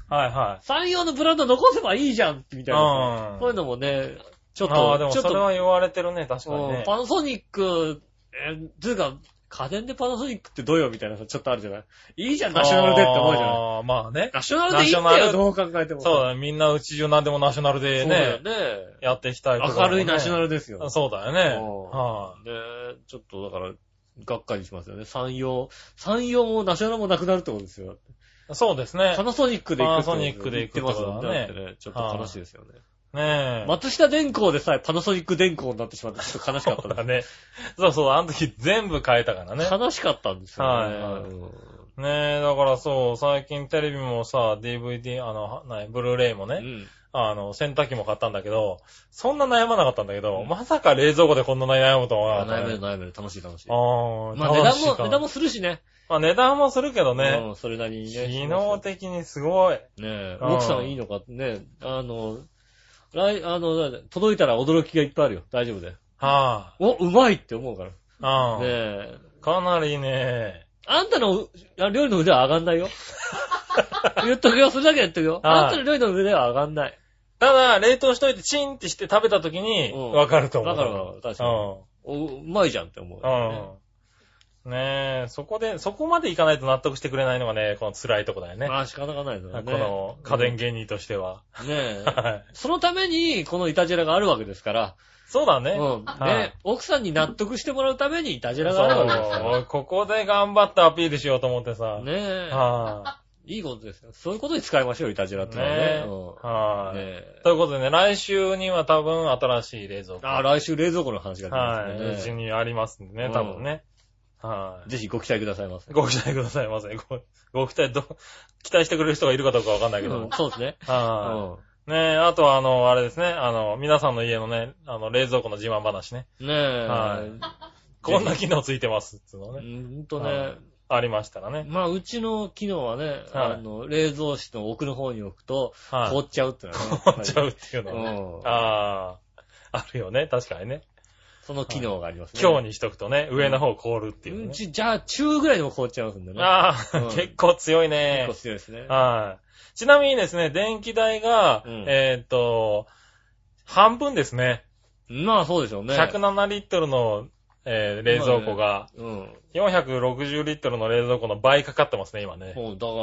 はいはい。 山陽のブランド残せばいいじゃんみたいな。うん。そういうのもね、ちょっと。 ああ、でもそれは言われてるね、確かにね。 パナソニック、えー、つうか、家電でパナソニックってどうよみたいなさ、ちょっとあるじゃない。いいじゃん、ナショナルでって思うじゃない。ああ、まあね。 ナショナルでいいんだよ、どう考えても。 そうだね、みんなうち中なんでもナショナルでね、ねやっていきたいところ、ね。 明るいナショナルですよ。 そうだよね。はあ、で、ちょっとだから、がっかりしますよね。山陽、山陽もナショナルもなくなるってことですよ。 そうですね。 パナソニックで行くってパナソニックで行くってことだね。 ね、ちょっと悲しいですよね。 ねえ。 松下電工でさえパナソニック電工になってしまってちょっと悲しかったそうだね。そうそう、あの時全部変えたからね。 悲しかったんですよね。はい、はい。 ねえ、だからそう、最近テレビもさ、ディーブイディー、あの、なブルーレイもね、うん、あの、洗濯機も買ったんだけど、そんな悩まなかったんだけど、うん、まさか冷蔵庫でこんな悩むとは、 ね。悩める悩める、楽しい楽しい。 ああ、 まあ値段も、値段もするしね。 まあ値段もするけどね。 うん、それなりにね。 機能的にすごい。ねえ、奥さんいいのかね、あの、来、あの、届いたら驚きがいっぱいあるよ。大丈夫だよ。 はぁ、あ。お、うまいって思うから。 ああ。 ねえ。 かなりね。 あんたの料理の腕は上がんないよ。言っとくよ、それだけ言っとくよ。あんたの料理の腕は上がんない。 ただ、冷凍しといてチンってして食べた時に、わかると思う。 わかるわかる。確かに。うまいじゃんって思う、 ね。うん。ねえ、そこで、そこまでいかないと納得してくれないのがね、この辛いとこだよね。 まあ仕方がないのね。 この家電芸人としては。 ねえ。そのために、このイタジェラがあるわけですから。 そうだね。 うん。ね、奥さんに納得してもらうためにイタジェラがあるわけですから。 ここで頑張ってアピールしようと思ってさ。 ねえ。はあ、いいことですよ。そういうことに使いましょう、イタジェラってのはね。ねうん、 はい、ね。ということでね、来週には多分新しい冷蔵庫。 ああ、来週冷蔵庫の話が出ますね。 はい。うちにありますんでね、多分ね。 はい。ぜひご期待くださいませ。 ご期待くださいませ。ご、ご期待、ど、期待してくれる人がいるかどうかわかんないけど。 うん、そうですね。 はい。ねえ、あとはあの、あれですね、あの、皆さんの家のね、あの、冷蔵庫の自慢話ね。 ねえ。 はい。こんな機能ついてますっていうのね。 うんとね。 ありましたらね。 まあ、うちの機能はね、あの、冷蔵室の奥の方に置くと、凍っちゃうってのはね。 凍っちゃうっていうのはね。ああ、あるよね、確かにね。 その機能がありますね。 強にしとくとね、上の方凍るっていうね。 じゃあ、中ぐらいでも凍っちゃうんだよね。 ああ、結構強いね。 結構強いですね。 はい。ちなみにですね、電気代が、うん、えー、っと、半分ですね。 まあそうでしょうね。 ひゃくななリットルの、えー、冷蔵庫が、まあね、うん、よんひゃくろくじゅうリットルの冷蔵庫の倍かかってますね、今ね。 もうだから、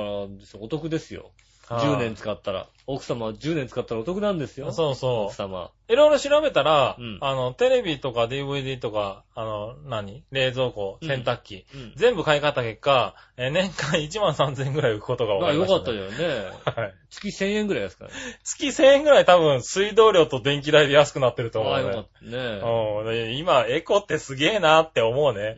お得ですよ。じゅうねん使ったら。奥様はじゅうねん使ったらお得なんですよ。 そうそう。 奥様。 いろいろ調べたら、うん、あの、テレビとか ディーブイディー とか、あの、何冷蔵庫、洗濯機、うんうん、全部買い替えた結果、えー、年間いちまんさんぜんえんぐらい浮くことが分かりました、ね。 まあよかったよね。はい。月せんえんぐらいですからね。 月せんえんぐらい多分水道料と電気代で安くなってると思うね。ああ、よかったね。 うん。今、エコってすげえなって思うね。 うん。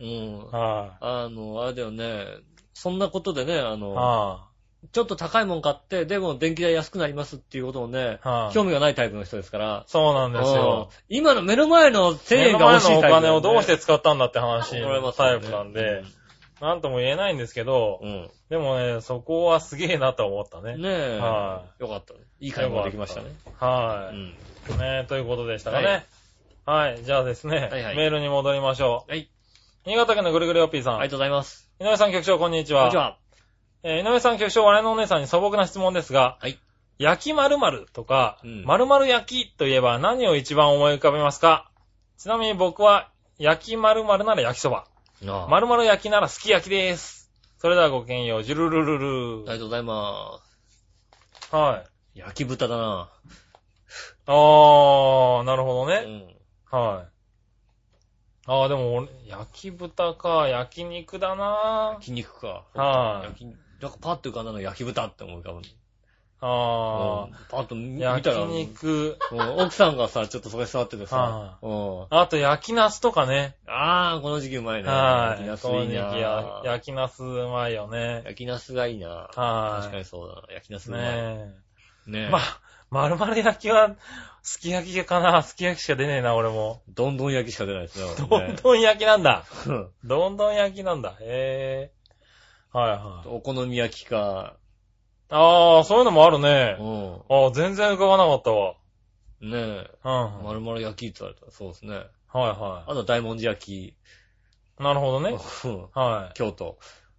はい、あ。あの、あれだよね。そんなことでね、あの、はあ、ちょっと高いもん買って、でも電気代安くなりますっていうことをね、はあ、興味がないタイプの人ですから。 そうなんですよ。 今の目の前のせんえんが欲しいタイプ、ね。 目の前のお金をどうして使ったんだって話のタイプなんで、うん、なんとも言えないんですけど、うん、でもね、そこはすげえなと思ったね。 ねえ。はい、よかった。いい買い物できましたね。 はい、うん。ねえ、ということでしたかね。はい、はい、じゃあですね、はいはい、メールに戻りましょう。はい。新潟県のぐるぐるおっぴーさん。 ありがとうございます。 井上さん局長、こんにちは。 こんにちは。 えー、井上さん局長、我のお姉さんに素朴な質問ですが、はい。焼き〇〇とか、うん、〇〇焼きといえば何を一番思い浮かべますか？ちなみに僕は、焼き〇〇なら焼きそば。〇〇焼きならすき焼きです。それではごきげんよう、ジュルルルルー。 ありがとうございます。はい。 焼き豚だな。 あー、なるほどね。うん、はい。ああ、でも俺、焼き豚か、焼肉だな。 焼肉か。 はい、 焼き、なんかパッと浮かんだの焼き豚って思うかも。 ああ、 うん、パッと見たら。 焼肉、 うん。奥さんがさ、ちょっとそれ触っててさ。 うん。あと焼きナスとかね。 ああ、この時期うまいね。 はい。 焼きナスいいな。 焼きナスうまいよね。 焼きナスがいいな。 はい。 確かにそうだ。焼きナスうまい。 ねえ。ねえ。 まあ、丸々焼きは、すき焼きかな。すき焼きしか出ねえな、俺も。 どんどん焼きしか出ないですね。 どんどん焼きなんだ。どんどん焼きなんだ。へえ。はいはい。 お好み焼きか。 ああ、そういうのもあるね。 うん。 ああ、全然浮かばなかったわ。 ねえ。 うん。 丸々焼きって言われたらそうですね。 はいはい。 あと大文字焼き。 なるほどね。 はい。 はい。 京都。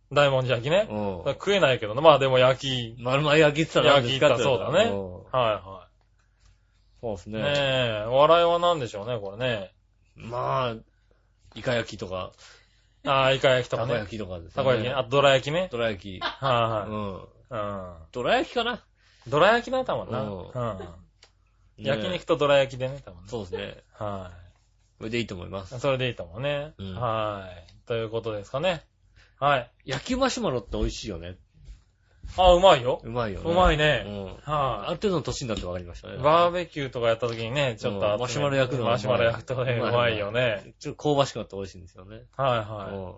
大文字焼きね。うん。食えないけどな。まあでも焼き。 丸々焼きって言ったら焼きって言ったらそうだね。はいはい。 そうですね。 ねえ、お笑いは何でしょうね、これね。 まあ、イカ焼きとか。 ああ、イカ焼きとかね。 たこ焼きとかですね。 たこ焼きね。あと、どら焼きね。 どら焼き。 はい、はい。うん。 うん。どら焼きかな。 どら焼きだったもんな。うん。うん焼肉とどら焼きでね、多分ね。 そうですね。 はい。 それでいいと思います。 それでいいと思うね。うん、はい。ということですかね。はい。 焼きマシュマロって美味しいよね。 あ、うまいよ。 うまいよね。 うまいね。 うん。はい、あ。ある程度の年になって分かりましたね。 バーベキューとかやった時にね、ちょっと、うん、 マシュマロ焼くのマシュマロ焼くとね、うまいよね。 ちょっと香ばしくなって美味しいんですよね。 はいはい。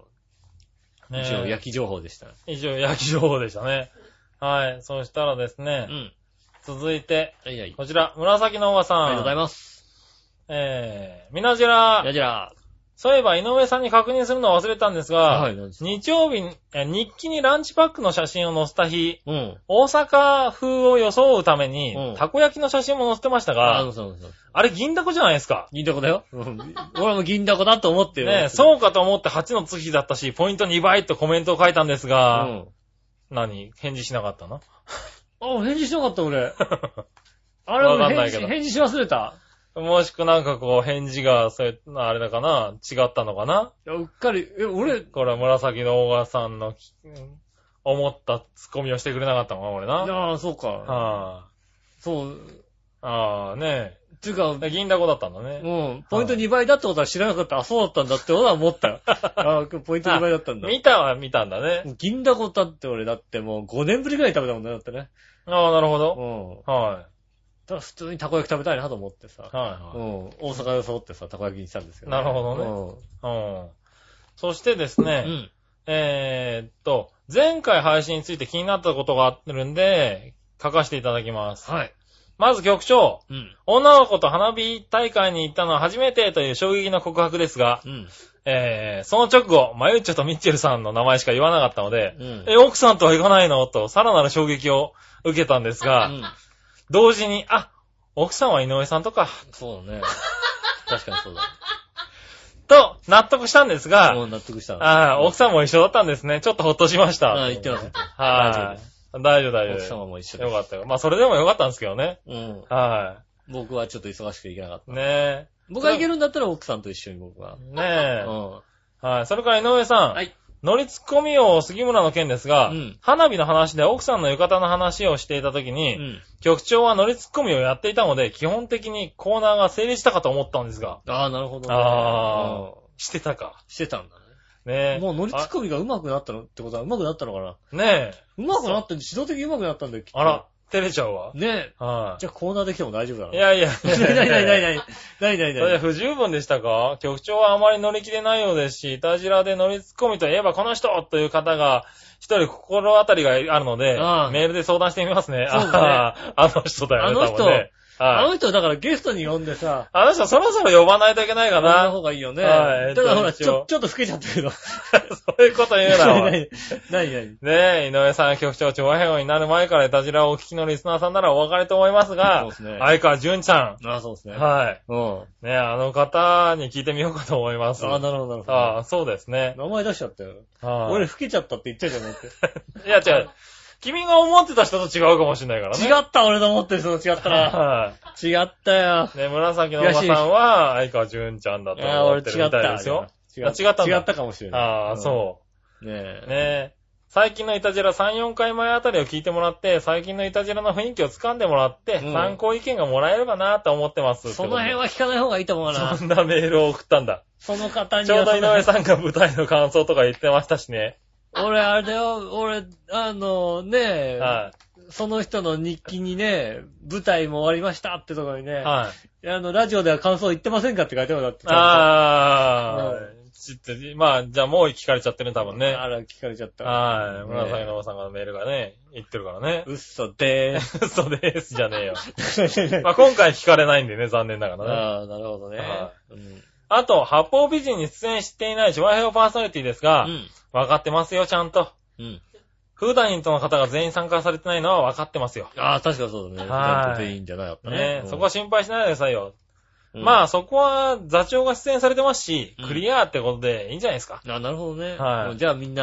うん。ね、一応焼き情報でした。 一応焼き情報でしたね。はい。そしたらですね。 うん。 続いて、 はいはい、 こちら、紫のおばさん。 ありがとうございます。 えー、みなじら。 みなじら。 そういえば、井上さんに確認するのを忘れたんですが、 はい、 日曜日、日記にランチパックの写真を載せた日、 うん、 大阪風を装うために、うん、たこ焼きの写真も載せてましたが、 あ、そうそうそうあれ銀だこじゃないですか。 銀だこだよ。俺も銀だこだと思ってる。 ね、そうかと思ってはちの月だったし、ポイントにばいとコメントを書いたんですが、うん、何返事しなかったの？ あ、返事しなかった俺。あれは返事、返事し忘れた。 もしくなんかこう、返事が、そういう、あれだかな違ったのかないや、うっかり、え、俺、 これは紫の大川さんの、思ったツッコミをしてくれなかったのかな俺な。 いやー、そうか。 はあ、そう。 ああ、ねえ。 つうか、 銀だこだったんだね。 うん。ポイントにばいだってことは知らなかった。あ、そうだったんだってことは思ったよ。ああ、ポイントにばいだったんだ。 見たは見たんだね。 銀だこだって俺だってもうごねんぶりくらい食べたもんね、だってね。 ああ、なるほど。うん。はい。 ただ普通にたこ焼き食べたいなと思ってさ。 はいはい。うん。 大阪で揃ってさ、たこ焼きにしたんですけど、 ね。なるほどね。うん。うん。そしてですね。うん。えー、っと、前回配信について気になったことがあるんで、書かせていただきます。 はい。 まず局長。 うん。 女の子と花火大会に行ったのは初めてという衝撃の告白ですが、 うん。 えー、その直後、マユッチョとミッチェルさんの名前しか言わなかったので、 うん、 え、奥さんとは行かないのと、さらなる衝撃を受けたんですが、うん、同時に、あ、奥さんは井上さんとか。 そうだね。確かにそうだ。 と、納得したんですが、 もう納得した。 ああ、奥さんも一緒だったんですね。ちょっとほっとしました。 ああ、言ってます。 はい。大丈夫、大丈夫。 奥様も一緒です。 よかったよ。まあ、それでもよかったんですけどね。 うん。 はい。 僕はちょっと忙しくて行けなかった。 ねえ。 僕が行けるんだったら奥さんと一緒に僕は。 ねえ。うん。はい。それから井上さん。 はい。 乗りツッコミ王杉村の件ですが、 うん、 花火の話で奥さんの浴衣の話をしていたときに、うん、局長は乗りツッコミをやっていたので、基本的にコーナーが成立したかと思ったんですが。 ああ、なるほどね。 ああ、してたか。 してたんだね。 ねえ。 もう乗りツッコミが上手くなったのってことは上手くなったのかな。 ねえ。 上手くなって自動的に上手くなったんだよ、きっと。 あら。照れちゃうわ。 ねえ。 はい。 じゃあコーナーできても大丈夫だな。 いやいや。 なになになになになになになにそれ不十分でしたか？局長はあまり乗り気でないようですし、いたじらで乗りツッコミといえばこの人という方が一人心当たりがあるので、メールで相談してみますね。 そうですね。 あの人だよね。 あの人。 多分ねあの人だからゲストに呼んでさ。 あの人そろそろ呼ばないといけないかな。 呼んだ方がいいよね。 はい。 ただほら、ちょ、ちょっと老けちゃったけど。 そういうこと言うな。 なになになにねえ、井上さん局長、長編王になる前からいたじらをお聞きのリスナーさんならお別れと思いますが、 そうですね。 相川淳さん。ああ、そうですね。 はい。 うん。 ねえ、あの方に聞いてみようかと思います。 ああ、なるほど、なるほど。 ああ、そうですね。 名前出しちゃったよ。 はい。 俺老けちゃったって言っちゃうじゃなくて。いや、違う。君が思ってた人と違うかもしれないからね。 違った俺の思ってる人と違ったな。 はい。 違ったよ。 ね、紫のおばさんは、相川淳ちゃんだと思ってるみたいですよ。 違った。違ったんだ。違ったかもしれない。 ああ、そう。 ねえ。 ねえ。最近のイタジラさん、よんかいまえあたりを聞いてもらって、最近のイタジラの雰囲気を掴んでもらって、うん、参考意見がもらえればなと思ってます。 その辺は聞かない方がいいと思うな。 そんなメールを送ったんだ。 その方にちょうど井上さんが舞台の感想とか言ってましたしね。 俺、あれだよ、俺、あの、ねえ、 はい、 その人の日記にね、舞台も終わりましたってところにね、 はい、 あの、ラジオでは感想言ってませんかって書いてあるんだって。 ああ、知ってる。まあ、じゃあもう聞かれちゃってる多分ね。 あら、聞かれちゃった。 はい。紫のおばさんがメールがね、言ってるからね。 嘘でーす。 嘘でーすじゃねえよ。まあ今回聞かれないんでね、残念ながらね。 ああ、なるほどね。 はい、うん、あと、八方美人に出演していないジョアヘオパーソナリティですが、うん分かってますよ、ちゃんと。 うん。 フーダニントの方が全員参加されてないのは分かってますよ。 ああ、確かそうだね。 はい。 全員じゃなかったね。 ね、 うん、 そこは心配しないでくださいよ。うん、まあ、そこは座長が出演されてますし、うん、クリアってことでいいんじゃないですか。 ああ、なるほどね。 はい。 じゃあみんな、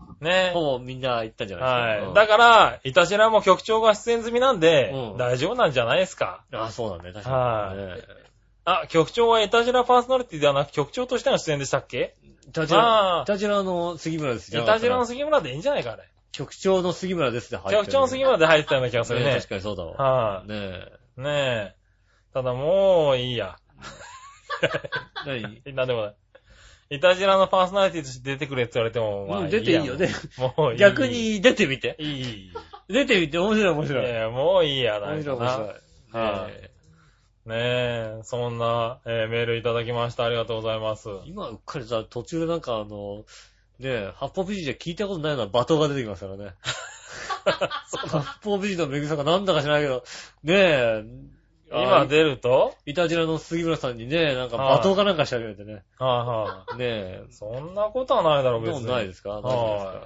ね。 ほぼみんな言ったんじゃないですか。 はい。だから、イタジラも局長が出演済みなんで、うん、大丈夫なんじゃないですか。 ああ、そうだね、確かに、ね。はい。 あ、局長はイタジラパーソナリティではなく局長としての出演でしたっけ？ イタジラ、イタジラの杉村ですよ。イタジラの杉村でいいんじゃないか、あれ。 局長の杉村ですって入ってる、ね。局長の杉村で入ってたような気がするね。 ね確かにそうだわ。 はい、 ねえ。 ねえ。ただもういいや。 何？ なんでもない。イタジラのパーソナリティとして出てくれって言われても、まあいいや。 出ていいよね。 もういい。 逆に出てみて。 いい。 出てみて、面白い面白い。 いや、もういいや、なんかな。面白い面白い。 はい。 ねえ、そんな、えー、メールいただきました。ありがとうございます。 今、うっかりさ、途中でなんかあの、ねえ、八方美人じゃ聞いたことないような罵倒が出てきますからね。八方美人のめぐさがなんだか知らないけど、ねえ、 今出るとイタジラの杉村さんにね、なんか罵倒かなんかしてあげてね。 はい、はい。 ねえ。 そんなことはないだろう、別に。 そんなことないですか？ はい。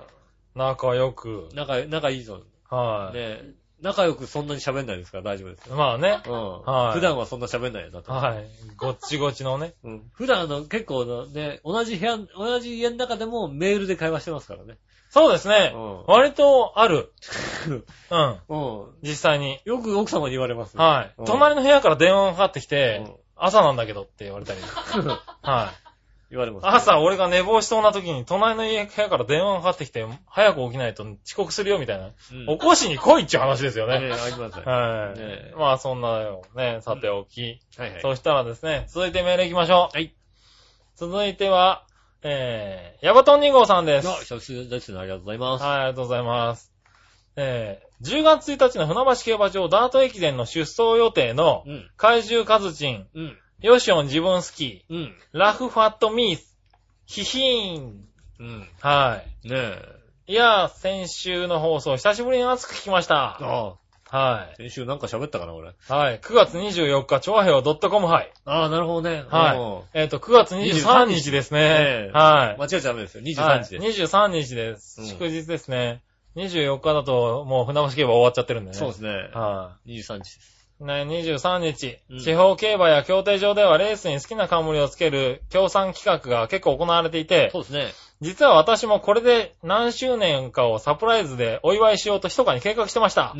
仲良く。 仲、仲いいぞ。 はい。 ねえ。仲良くそんなに喋んないですから大丈夫ですよ。 まあね。 うん。はい。普段はそんな喋んないよ、だって。 はい。ごっちごちのね。 うん。普段あの、結構ね、同じ部屋、同じ家の中でもメールで会話してますからね。 そうですね。うん。割とある。うん。 うん。 実際に。 よく奥様に言われます。 はい。うん、隣の部屋から電話がかかってきて、うん、朝なんだけどって言われたり。はい。 言われます、 ね。朝、俺が寝坊しそうな時に、隣の部屋から電話がかかってきて、早く起きないと遅刻するよみたいな。うん、起こしに来いっていう話ですよね。 ねえ、ありますね。 はい。ね、まあ、そんなよ。ね、さておき。 うん、はいはい。 そしたらですね、続いてメール行きましょう。 はい。 続いては、えー、ヤバトンに号さんです。 あ、久しぶりですね。ありがとうございます。 はい、ありがとうございます。えー、じゅうがつついたちの船橋競馬場ダート駅伝の出走予定の、うん、怪獣カズチン、うん、ヨシオン自分好き、うん、ラフファットミース、ヒヒーン。うん。はい。 ねえ。 いやー、先週の放送、久しぶりに熱く聞きました。 ああ。はい。 先週なんか喋ったかな、俺。 はい。くがつにじゅうよっか、チョアヘオ .com 杯。 ああ、なるほどね。 はい。えっと、くがつにじゅうさんにちですね。はい。 間違えちゃダメですよ。にじゅうさんにちです。 にじゅうさんにちです。祝日ですね。にじゅうよっかだと、もう船橋競馬終わっちゃってるんでね。 そうですね。 はい。にじゅうさんにちです。 ね、にじゅうさんにち、うん、地方競馬や競艇場ではレースに好きな冠をつける協賛企画が結構行われていて、 そうですね。 実は私もこれで何周年かをサプライズでお祝いしようと密かに計画してました。 うん、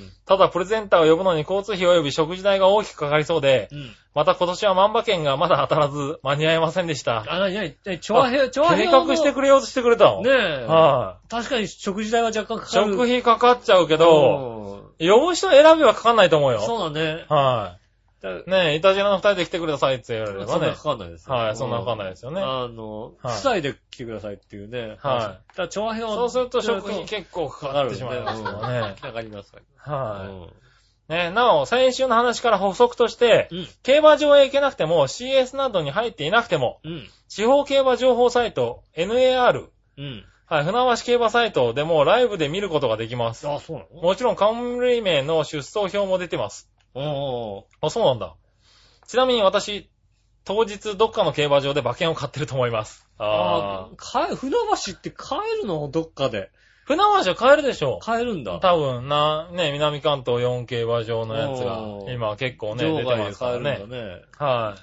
ただプレゼンターを呼ぶのに交通費及び食事代が大きくかかりそうで、うん、また今年は万馬券がまだ当たらず間に合いませんでした。 あ、なになに、チョアヘ、チョアヘ。 計画してくれようとしてくれたのねえ。 はい、 確かに食事代は若干かかる。 食費かかっちゃうけど、呼ぶ人選びはかかんないと思うよ。 そうだね。 はい。ねえ、イタジラの二人で来てくださいって言われればね。 そんなかかんないですよ。はい、そんなかかんないですよね。 あの、夫妻で来てくださいっていうね。 はい。 だ調和表そうすると食費結構かかってしまいますよね。 かかります。 はい。ねえ、なお、先週の話から補足として、競馬場へ行けなくても シーエス などに入っていなくても、地方競馬情報サイト エヌエーアール、はい、船橋競馬サイトでもライブで見ることができます。 あ、そうなの？ もちろん冠名の出走表も出てます。 おー。 あ、そうなんだ。ちなみに私、当日どっかの競馬場で馬券を買ってると思います。 ああ。買え、船橋って買えるの？どっかで。 船橋は買えるでしょ。 買えるんだ。 多分な、ね、南関東よん競馬場のやつが、今結構ね、出てますからね。 買えるんだね。 はい。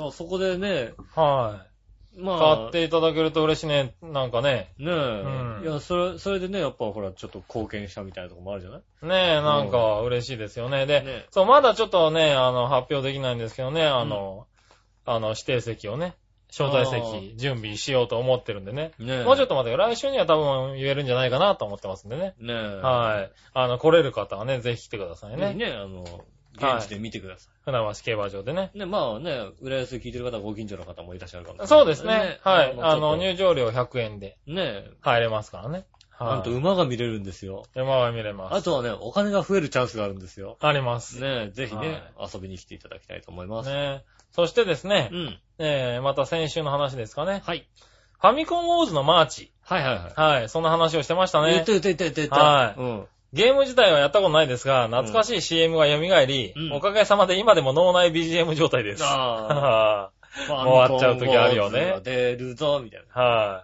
そこでね、 はい。まあ、買っていただけると嬉しいね。なんかね。 ねえ。うん、いや、それ、それでね、やっぱほら、ちょっと貢献したみたいなとこもあるじゃない？ ねえ、なんか嬉しいですよね。で、ね、そう、まだちょっとね、あの、発表できないんですけどね、あの、うん、あの、指定席をね、招待席準備しようと思ってるんでね。ねえ。もうちょっと待って、来週には多分言えるんじゃないかなと思ってますんでね。 ねえ。 はい。あの、来れる方はね、ぜひ来てくださいね。 ねえ、あの、現地で見てください。 船橋競馬場でね。 ね、まあね、浦安聞いてる方はご近所の方もいらっしゃるかもしれない、 そうですね。はい。あの、入場料ひゃくえんで。ね入れますからね。 はい。なんと馬が見れるんですよ。 馬が見れます。 あとはね、お金が増えるチャンスがあるんですよ。 あります。 ねぜひね、遊びに来ていただきたいと思います。 ねそしてですね、うん。えー、また先週の話ですかね。はい。ファミコンウォーズのマーチ。 はいはいはい。 はい。そんな話をしてましたね。 言った言った言った言った。 はい。うん。ゲーム自体はやったことないですが、懐かしい シーエム が蘇り、うん、おかげさまで今でも脳内 ビージーエム 状態です。ああ。もう終わっちゃう時あるよね。 出るぞ、みたいな。 はい。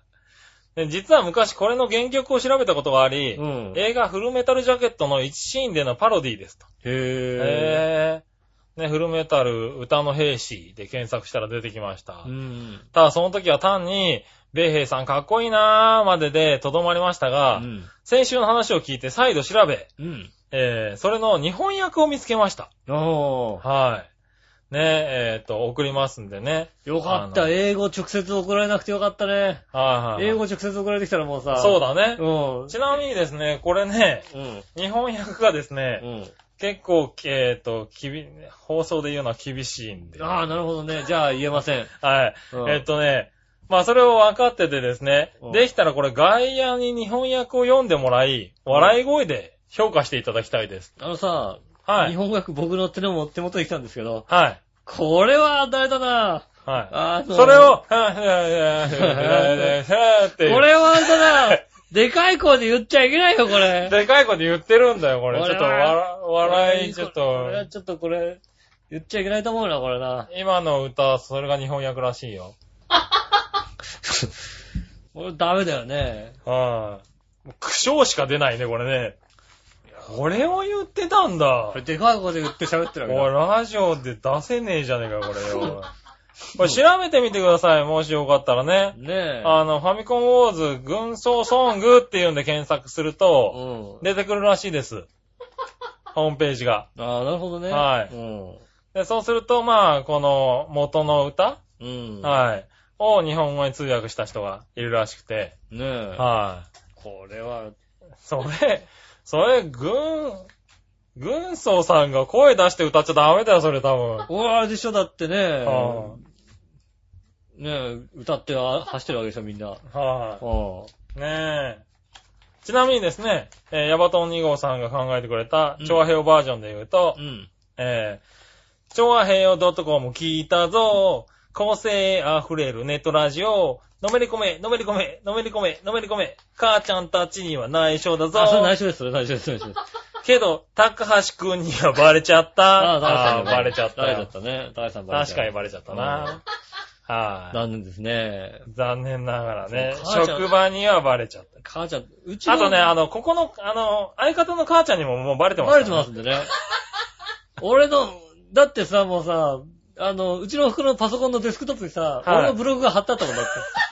実は昔これの原曲を調べたことがあり、うん、映画フルメタルジャケットの一シーンでのパロディーですと。 へー。ね、フルメタル歌の兵士で検索したら出てきました。うん、ただその時は単に米兵さんかっこいいなーまででとどまりましたが、うん、先週の話を聞いて再度調べ、うん、えー、それの日本訳を見つけました。おー。はい。ねえ、えっと、送りますんでね。 よかった。英語直接送られなくてよかったね。はいはい、はい。英語直接送られてきたらもうさ。 そうだね。うん。ちなみにですね、これね、うん、日本訳がですね、うん、結構、えっと、きび、放送で言うのは厳しいんで。 ああ、なるほどね。じゃあ言えません。 はい。うん、えっとね、まあそれを分かっててですね、うん、できたらこれ外野に日本訳を読んでもらい、笑い声で評価していただきたいです。 あのさ、はい。日本語訳僕の手の手元に来たんですけど、はい。これは誰だな。はい。あのー、 それを、これはあれだな。でかい声で言っちゃいけないよ、これ。 でかい声で言ってるんだよ、これ。ちょっと笑、笑い、ちょっと。これはちょっとこれ、言っちゃいけないと思うな、これな。 今の歌、それが日本訳らしいよ。 これダメだよね。 はい。苦笑しか出ないね、これね。これを言ってたんだ。 これでかい声で言って喋ってるわけだ。 これラジオで出せねえじゃねえか、これよ。これ調べてみてください、もしよかったらね。ねえ。あの、ファミコンウォーズ軍曹ソングっていうんで検索すると、うん、出てくるらしいです。ホームページが。 ああ、なるほどね。 はい、うん。で。そうすると、まあ、この元の歌、うん、はい。を日本語に通訳した人がいるらしくて。ねえ。はい。 これは、 それ、それ、軍、軍曹さんが声出して歌っちゃダメだよ、それ多分。 おー、あれでしょ、だってね。はあ、ねえ、歌って走ってるわけでしょ、みんな。はい、あ、 はあ。ねえ。ちなみにですね、えー、ヤバトンに号さんが考えてくれた、チョアヘヨバージョンで言うと、うん、えー、チョアヘヨ .com 聞いたぞ、個性あふれるネットラジオ、のめり込め、のめり込め、のめり込め、のめり込め、母ちゃんたちには内緒だぞ。 あ、それ内緒です、それ内緒です、内緒です。 けど、高橋くんにはバレちゃった。 ああ、高橋さんバレちゃった。 バレちゃったね。高橋さんバレちゃった。 確かにバレちゃったな。 はい。残念ですね。 残念ながらね。職場にはバレちゃった。 母ちゃん、 うちあとね、あの、ここの、あの、相方の母ちゃんにももうバレてます、 ね。バレてますんでね。俺の、だってさ、もうさ、あの、うちの袋のパソコンのデスクトップにさ、はい、俺のブログが貼ってあったもんだって。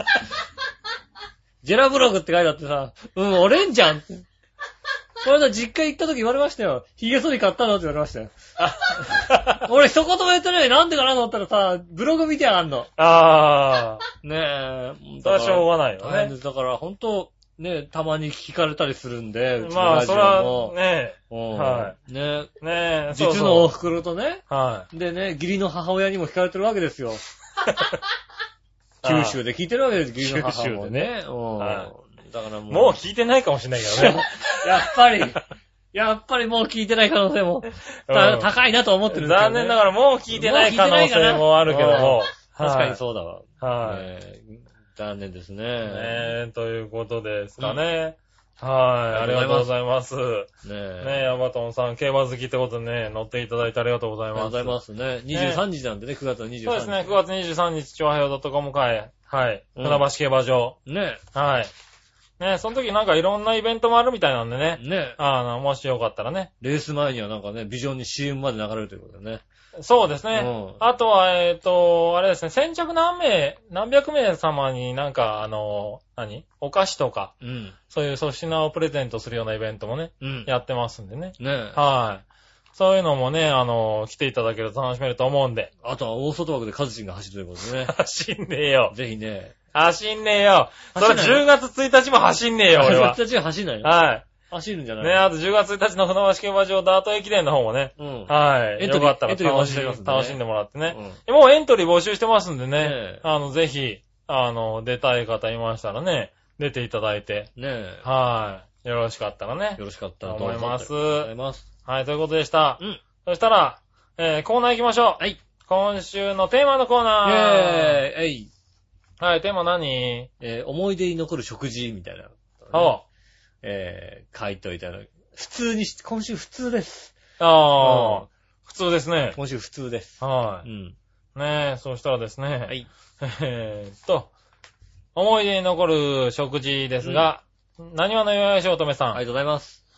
ジェラブログって書いてあってさ、うん、俺んじゃんって。これだ、実家行った時言われましたよ。髭剃り買ったのって言われましたよ。俺一言も言ってない。なんでかなと思ったらさ、ブログ見てあんの。ああ。ねえ。 それはしょうがないよね。 だからほんと、ね、たまに聞かれたりするんで、 うちのラジオも。まあ、それはね、はい。ね、ね、実のお袋とね、はい。でね、義理の母親にも聞かれてるわけですよ。九州で聞いてるわけです、義理の母もね。 はい。だからもう。もう聞いてないかもしれないけどね。 やっぱり、やっぱりもう聞いてない可能性も、高いなと思ってるんですけど、ね。 残念ながらもう聞いてない可能性もあるけども。 確かにそうだわ。はい。残念ですね。ねえ、ということですかね。うん、はい。ありがとうございます。ねえ。ねえ、ヤバトンさん、競馬好きってことでね、乗っていただいてありがとうございます。 ありがとうございますね。にじゅうさんにちなんでね、くがつのにじゅうさんにち。 そうですね、くがつにじゅうさんにち、チョアヘヨ .com 会。はい。船橋競馬場。ねえ。はい。ねえ、その時なんかいろんなイベントもあるみたいなんでね。ねえ。あの、もしよかったらね。 レース前にはなんかね、ビジョンに シーエム まで流れるということでね。 そうですね。うん、あとは、えっ、ー、と、あれですね、先着何名、何百名様になんか、あの、何お菓子とか、うん、そういう粗品をプレゼントするようなイベントもね、うん、やってますんでね。ねはい。そういうのもね、あの、来ていただけると楽しめると思うんで。 あとは大外枠でカズチンが走るということでね。 走んねえよ。 ぜひね。 走んねえよ。それじゅうがつついたちも走んねえよ、俺は。 じゅうがつついたちは走んないよ。 はい。 走るんじゃないね、あとじゅうがつついたちの船橋競馬場ダート駅伝の方もね。うん。はい。よかったら楽しんで、ね、楽しんでもらってね、うん。もうエントリー募集してますんでね。ねあの、ぜひ、あの、出たい方いましたらね、出ていただいて。ねはい。よろしかったらね。 よろしかったらと思います。 ありがとうございます。 はい、ということでした。うん。そしたら、えー、コーナー行きましょう。はい。今週のテーマのコーナー。イェーイ。えい。はい、テーマ何えー、思い出に残る食事みたいな、ね。おう。えー、書いといたら、普通にし、今週普通です。 ああ、普通ですね。 今週普通です。 はい。うん。ねえ、そうしたらですね。はい。えーっと、思い出に残る食事ですが、うん、何話のよやしおとめさん。 ありがとうございます。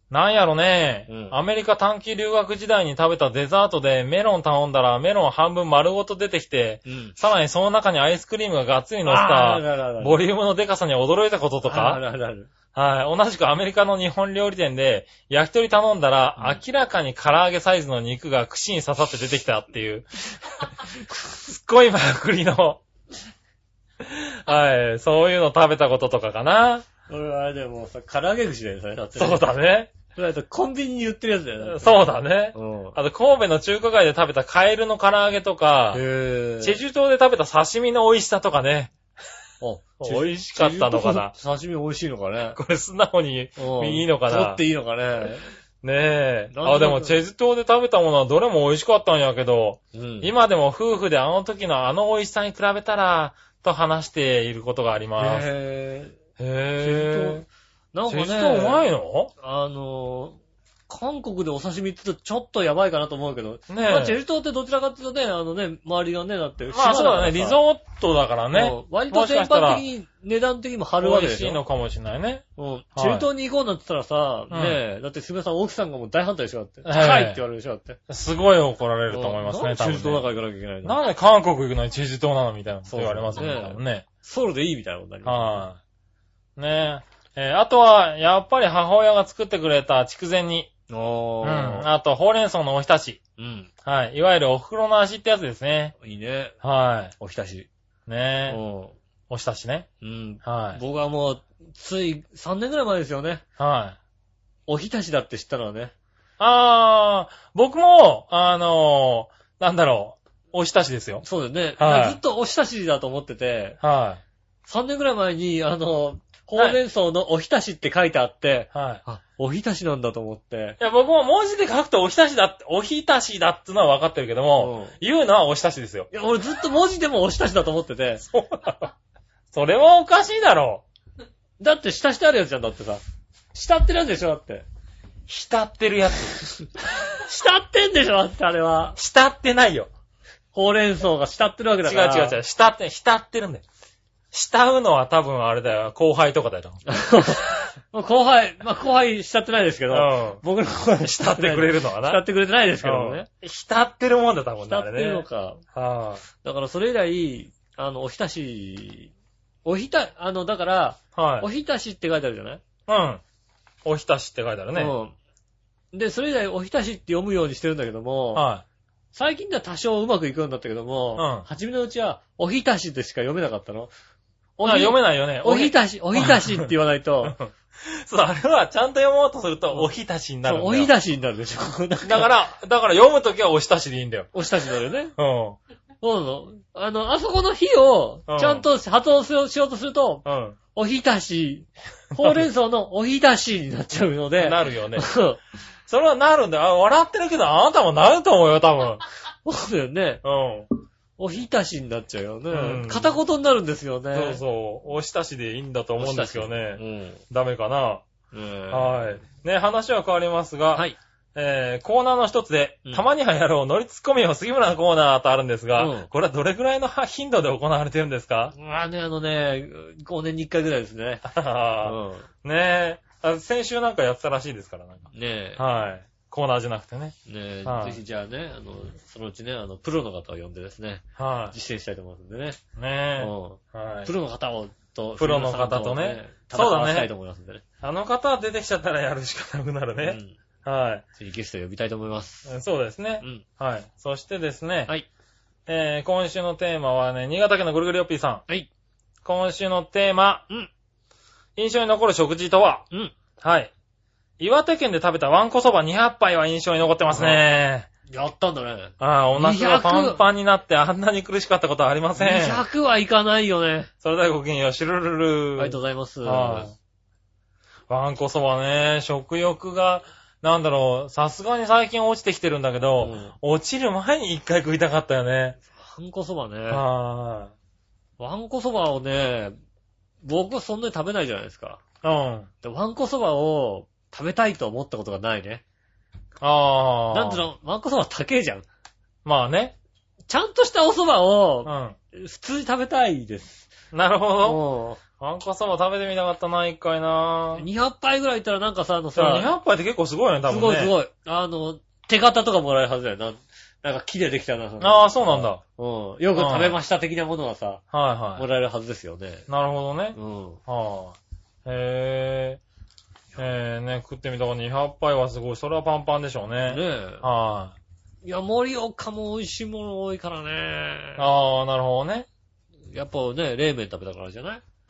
なんやろね、 うん、 アメリカ短期留学時代に食べたデザートでメロン頼んだらメロン半分丸ごと出てきて、うん、さらにその中にアイスクリームががっつり乗せたボリュームのデカさに驚いたこととか、 あるあるあるはい。同じくアメリカの日本料理店で焼き鳥頼んだら、うん、明らかに唐揚げサイズの肉が串に刺さって出てきたっていう、すっごいまくりの、はい。そういうの食べたこととかかな。 俺はあれでもさ、唐揚げ串だよね、だってね。 そうだね。 それだとコンビニに売ってるやつだよね。 そうだね。うん。あと神戸の中華街で食べたカエルの唐揚げとか、へー。チェジュ島で食べた刺身の美味しさとかね。 あ、 美味しかったのかな。 刺身美味しいのかね。 これ素直にいいのかな。 取っていいのかね。 ねえ。あ、でもチェジュ島で食べたものはどれも美味しかったんやけど、うん、今でも夫婦であの時のあの美味しさに比べたら、と話していることがあります。 へぇー。へぇー。 なんかね、 チェジュ島うまいの？ あの、韓国でお刺身って言うとちょっとやばいかなと思うけど、ねえ。まあ、チェジュ島ってどちらかっていうとね、あのね、周りがね、だって、 まあそうだね、リゾートだからね。 割と全般的に値段的にも張るわけでしょ。 美味しいのかもしれないね。 うん。はい、チェジュ島に行こうなんて言ったらさ、うん、ねえ、だってすみません、奥さんがもう大反対でしょ、だって。高いって言われるでしょ、だって。 すごい怒られると思いますね、 多分ね。チェジュ島なんか行かなきゃいけないの。 なんで韓国行くのにチェジュ島なのみたいなこと言われますね、多分ね。 ソウルでいいみたいなことになります。はい。ねえ。えー、あとは、やっぱり母親が作ってくれた筑前煮。 おー。 うん。あと、ほうれん草のおひたし。 うん。 はい。いわゆるお袋の足ってやつですね。 いいね。 はい。 おひたし。 ねえ。おひたしね。 うん。 はい。 僕はもう、ついさんねんぐらい前ですよね。 はい。 おひたしだって知ったのはね。 あー、僕も、あのー、なんだろう。おひたしですよ。 そうだよね。 はい。 ずっとおひたしだと思ってて。 はい。 さんねんぐらい前に、あの、ほうれん草のおひたしって書いてあって、 はい。 あ、おひたしなんだと思って。 いや、僕も文字で書くとおひたしだって、おひたしだってのは分かってるけども、うん、言うのはおひたしですよ。 いや、俺ずっと文字でもおひたしだと思ってて。 そうだろ。それはおかしいだろ。 だって浸してあるやつじゃん、だってさ。浸ってるやつでしょ、だって。 浸ってるやつ。 浸ってんでしょ、だってあれは。 浸ってないよ。 ほうれん草が浸ってるわけだから。 違う違う違う。浸って、浸ってるんだよ。慕うのは多分あれだよ。後輩とかだよ。 後輩、まあ後輩慕ってないですけど、うん、僕の後輩慕ってくれるのはな。 慕ってくれてないですけどね。 うん、浸ってるもんだ、多分ね。 浸ってるのか。 はあ、 だからそれ以来、あの、おひたし、おひた、あの、だから、はい、おひたしって書いてあるじゃない？ うん。おひたしって書いてあるね。 うん。で、それ以来おひたしって読むようにしてるんだけども、はい。最近では多少うまくいくようになったけども、うん。初めのうちは、おひたしでしか読めなかったの。 あ、読めないよね。 おひたし、おひたしって言わないと。 そう、あれはちゃんと読もうとすると、おひたしになるんだよ。 そう、おひたしになるでしょ。 だから、だから読むときはおひたしでいいんだよ。 おひたしになるよね。 うん。 そうなの。あの、あそこの火を、ちゃんと発音しようとすると、うん。おひたし、ほうれん草のおひたしになっちゃうので。 なるよね。それはなるんだよ。あ、笑ってるけど、あなたもなると思うよ、多分。 そうだよね。 うん。 おひたしになっちゃうよね。うん、片言になるんですよね。 そうそう。おひたしでいいんだと思うんですけどね。うん、ダメかな。うん、はい。ね、話は変わりますが、はい。えー、コーナーの一つで、うん、たまにはやろう、乗りツッコミを杉村のコーナーとあるんですが、うん、これはどれくらいの頻度で行われてるんですか？ まあね、あのね、ごねんにいっかいぐらいですね。 うん、ねえ。先週なんかやってたらしいですからなんか。 ねえ。 はい。コーナーじゃなくてね。 ねえ、はい、ぜひじゃあね、あの、そのうちね、あの、プロの方を呼んでですね、はい。実践したいと思うんでね。 ねえ。 うん。はい。プロの方を、と、 プロの方とね、 そうだね。したいと思いますんでね。 あの方出てきちゃったらやるしかなくなるね。うん。はい。 ぜひゲスト呼びたいと思います。 そうですね。うん。はい。そしてですね。 はい。 えー、今週のテーマはね、新潟県のぐるぐるよっぴーさん。 はい。 今週のテーマ。 うん。 印象に残る食事とは？ うん。 はい。岩手県で食べたわんこそばにひゃくぱいは印象に残ってますね。 やったんだね。 ああ、お腹がパンパンになってあんなに苦しかったことはありません。 にひゃくはいかないよね。 それではごきげんよう、しるるる。 ありがとうございます。 わんこそばね、食欲が、なんだろう、さすがに最近落ちてきてるんだけど、うん、落ちる前に一回食いたかったよね。 わんこそばね。 はい。 わんこそばをね、僕はそんなに食べないじゃないですか。 うん。 で、わんこそばを、食べたいと思ったことがないね。 ああ。 なんていうの、わんこそば高えじゃん。 まあね。 ちゃんとしたお蕎麦を、うん、普通に食べたいです。 なるほど。 あんこそば食べてみたかったな、一回な。 にひゃくぱいぐらいいったらなんかさ、あのさ、 にひゃくぱいって結構すごいね、多分ね。 すごいすごい。あの、手形とかもらえるはずだよな。なんか木でできたな。 ああ、そうなんだ。 うん。よく食べました的なものはさ、 はいはい。 もらえるはずですよね。 なるほどね。 うん。 はあ。へえ。えーね、食ってみたかったにひゃくぱいはすごい。それはパンパンでしょうね。 ねえ。 はい。 いや、盛岡も美味しいもの多いからね。 ああ、なるほどね。 やっぱね、冷麺食べたからじゃない？ うん。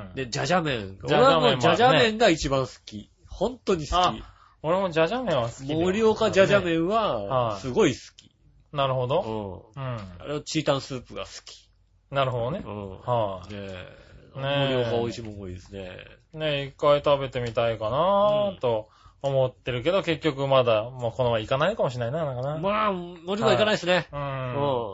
で、ジャジャ麺。 ジャジャ麺。 俺はもうジャジャ麺が一番好き。本当に好き。 俺もジャジャ麺は好き。 盛岡ジャジャ麺は、すごい好き。 なるほど。うん。うん。 あれはチータンスープが好き。 なるほどね。 うん。 はい。 ねえ。盛岡美味しいもん多いですね。 ねえ、一回食べてみたいかなと思ってるけど、結局まだ、もうこのまま行かないかもしれないな、なんかな。 まあ、盛岡行かないですね。 うん。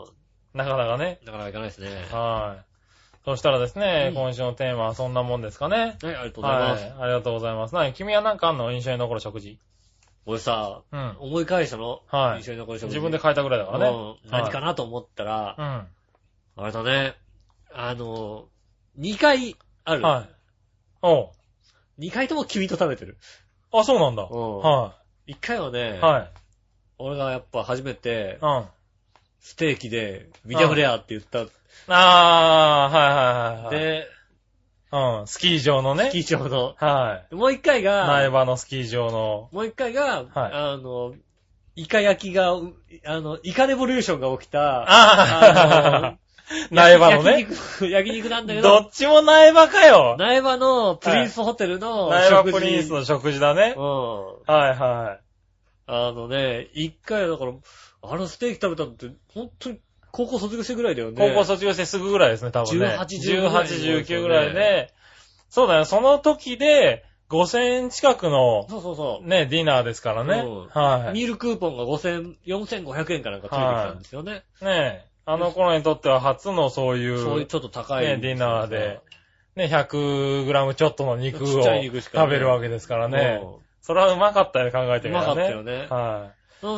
なかなかね。 なかなか行かないですね。 はい。そしたらですね、今週のテーマはそんなもんですかね。 はい、ありがとうございます。 ありがとうございます。なに、君はなんかあんの？印象に残る食事。 俺さ、うん、思い返したの。 はい。 印象に残る食事。 自分で書いたぐらいだからね。 うん。何かなと思ったら、 うん。 あれだね。あの、にかいある。 はい。おう。 にかいとも君と食べてる。 あ、そうなんだ。 うん。 はい。 いっかいはね、 はい。 俺がやっぱ初めて、 うん。 ステーキで、ミディアムレアって言った。 あー、はいはいはい。 で、 うん、スキー場のね。 スキー場の。 はい。 もう一回が、 苗場のスキー場の。 もう一回が、 はい。 あの、イカ焼きが、あの、イカレボリューションが起きた、 あー、苗場のね。 焼肉、焼肉なんだけど。どっちも苗場かよ。 苗場のプリンスホテルの苗場プリンスの食事だね。 うん。 はいはい。 あのね、一回だから、あのステーキ食べたのって、ほんとに高校卒業してぐらいだよね。 高校卒業してすぐぐらいですね、多分ね。 じゅうはち、じゅうきゅうぐらいで、そうだよ、その時で、ごせんえん近くの、 そうそうそう。 ね、ディナーですからね。はい。 ミールクーポンがごせん、よんせんごひゃくえんかなんかついてきたんですよね。 ねえ。あの頃にとっては初のそういう、 そういうちょっと高い、 ね、ディナーで、ね、ひゃくグラムちょっとの肉を食べるわけですからね。それはうまかったよ、考えてみたらね。 うまかったよね。 はい。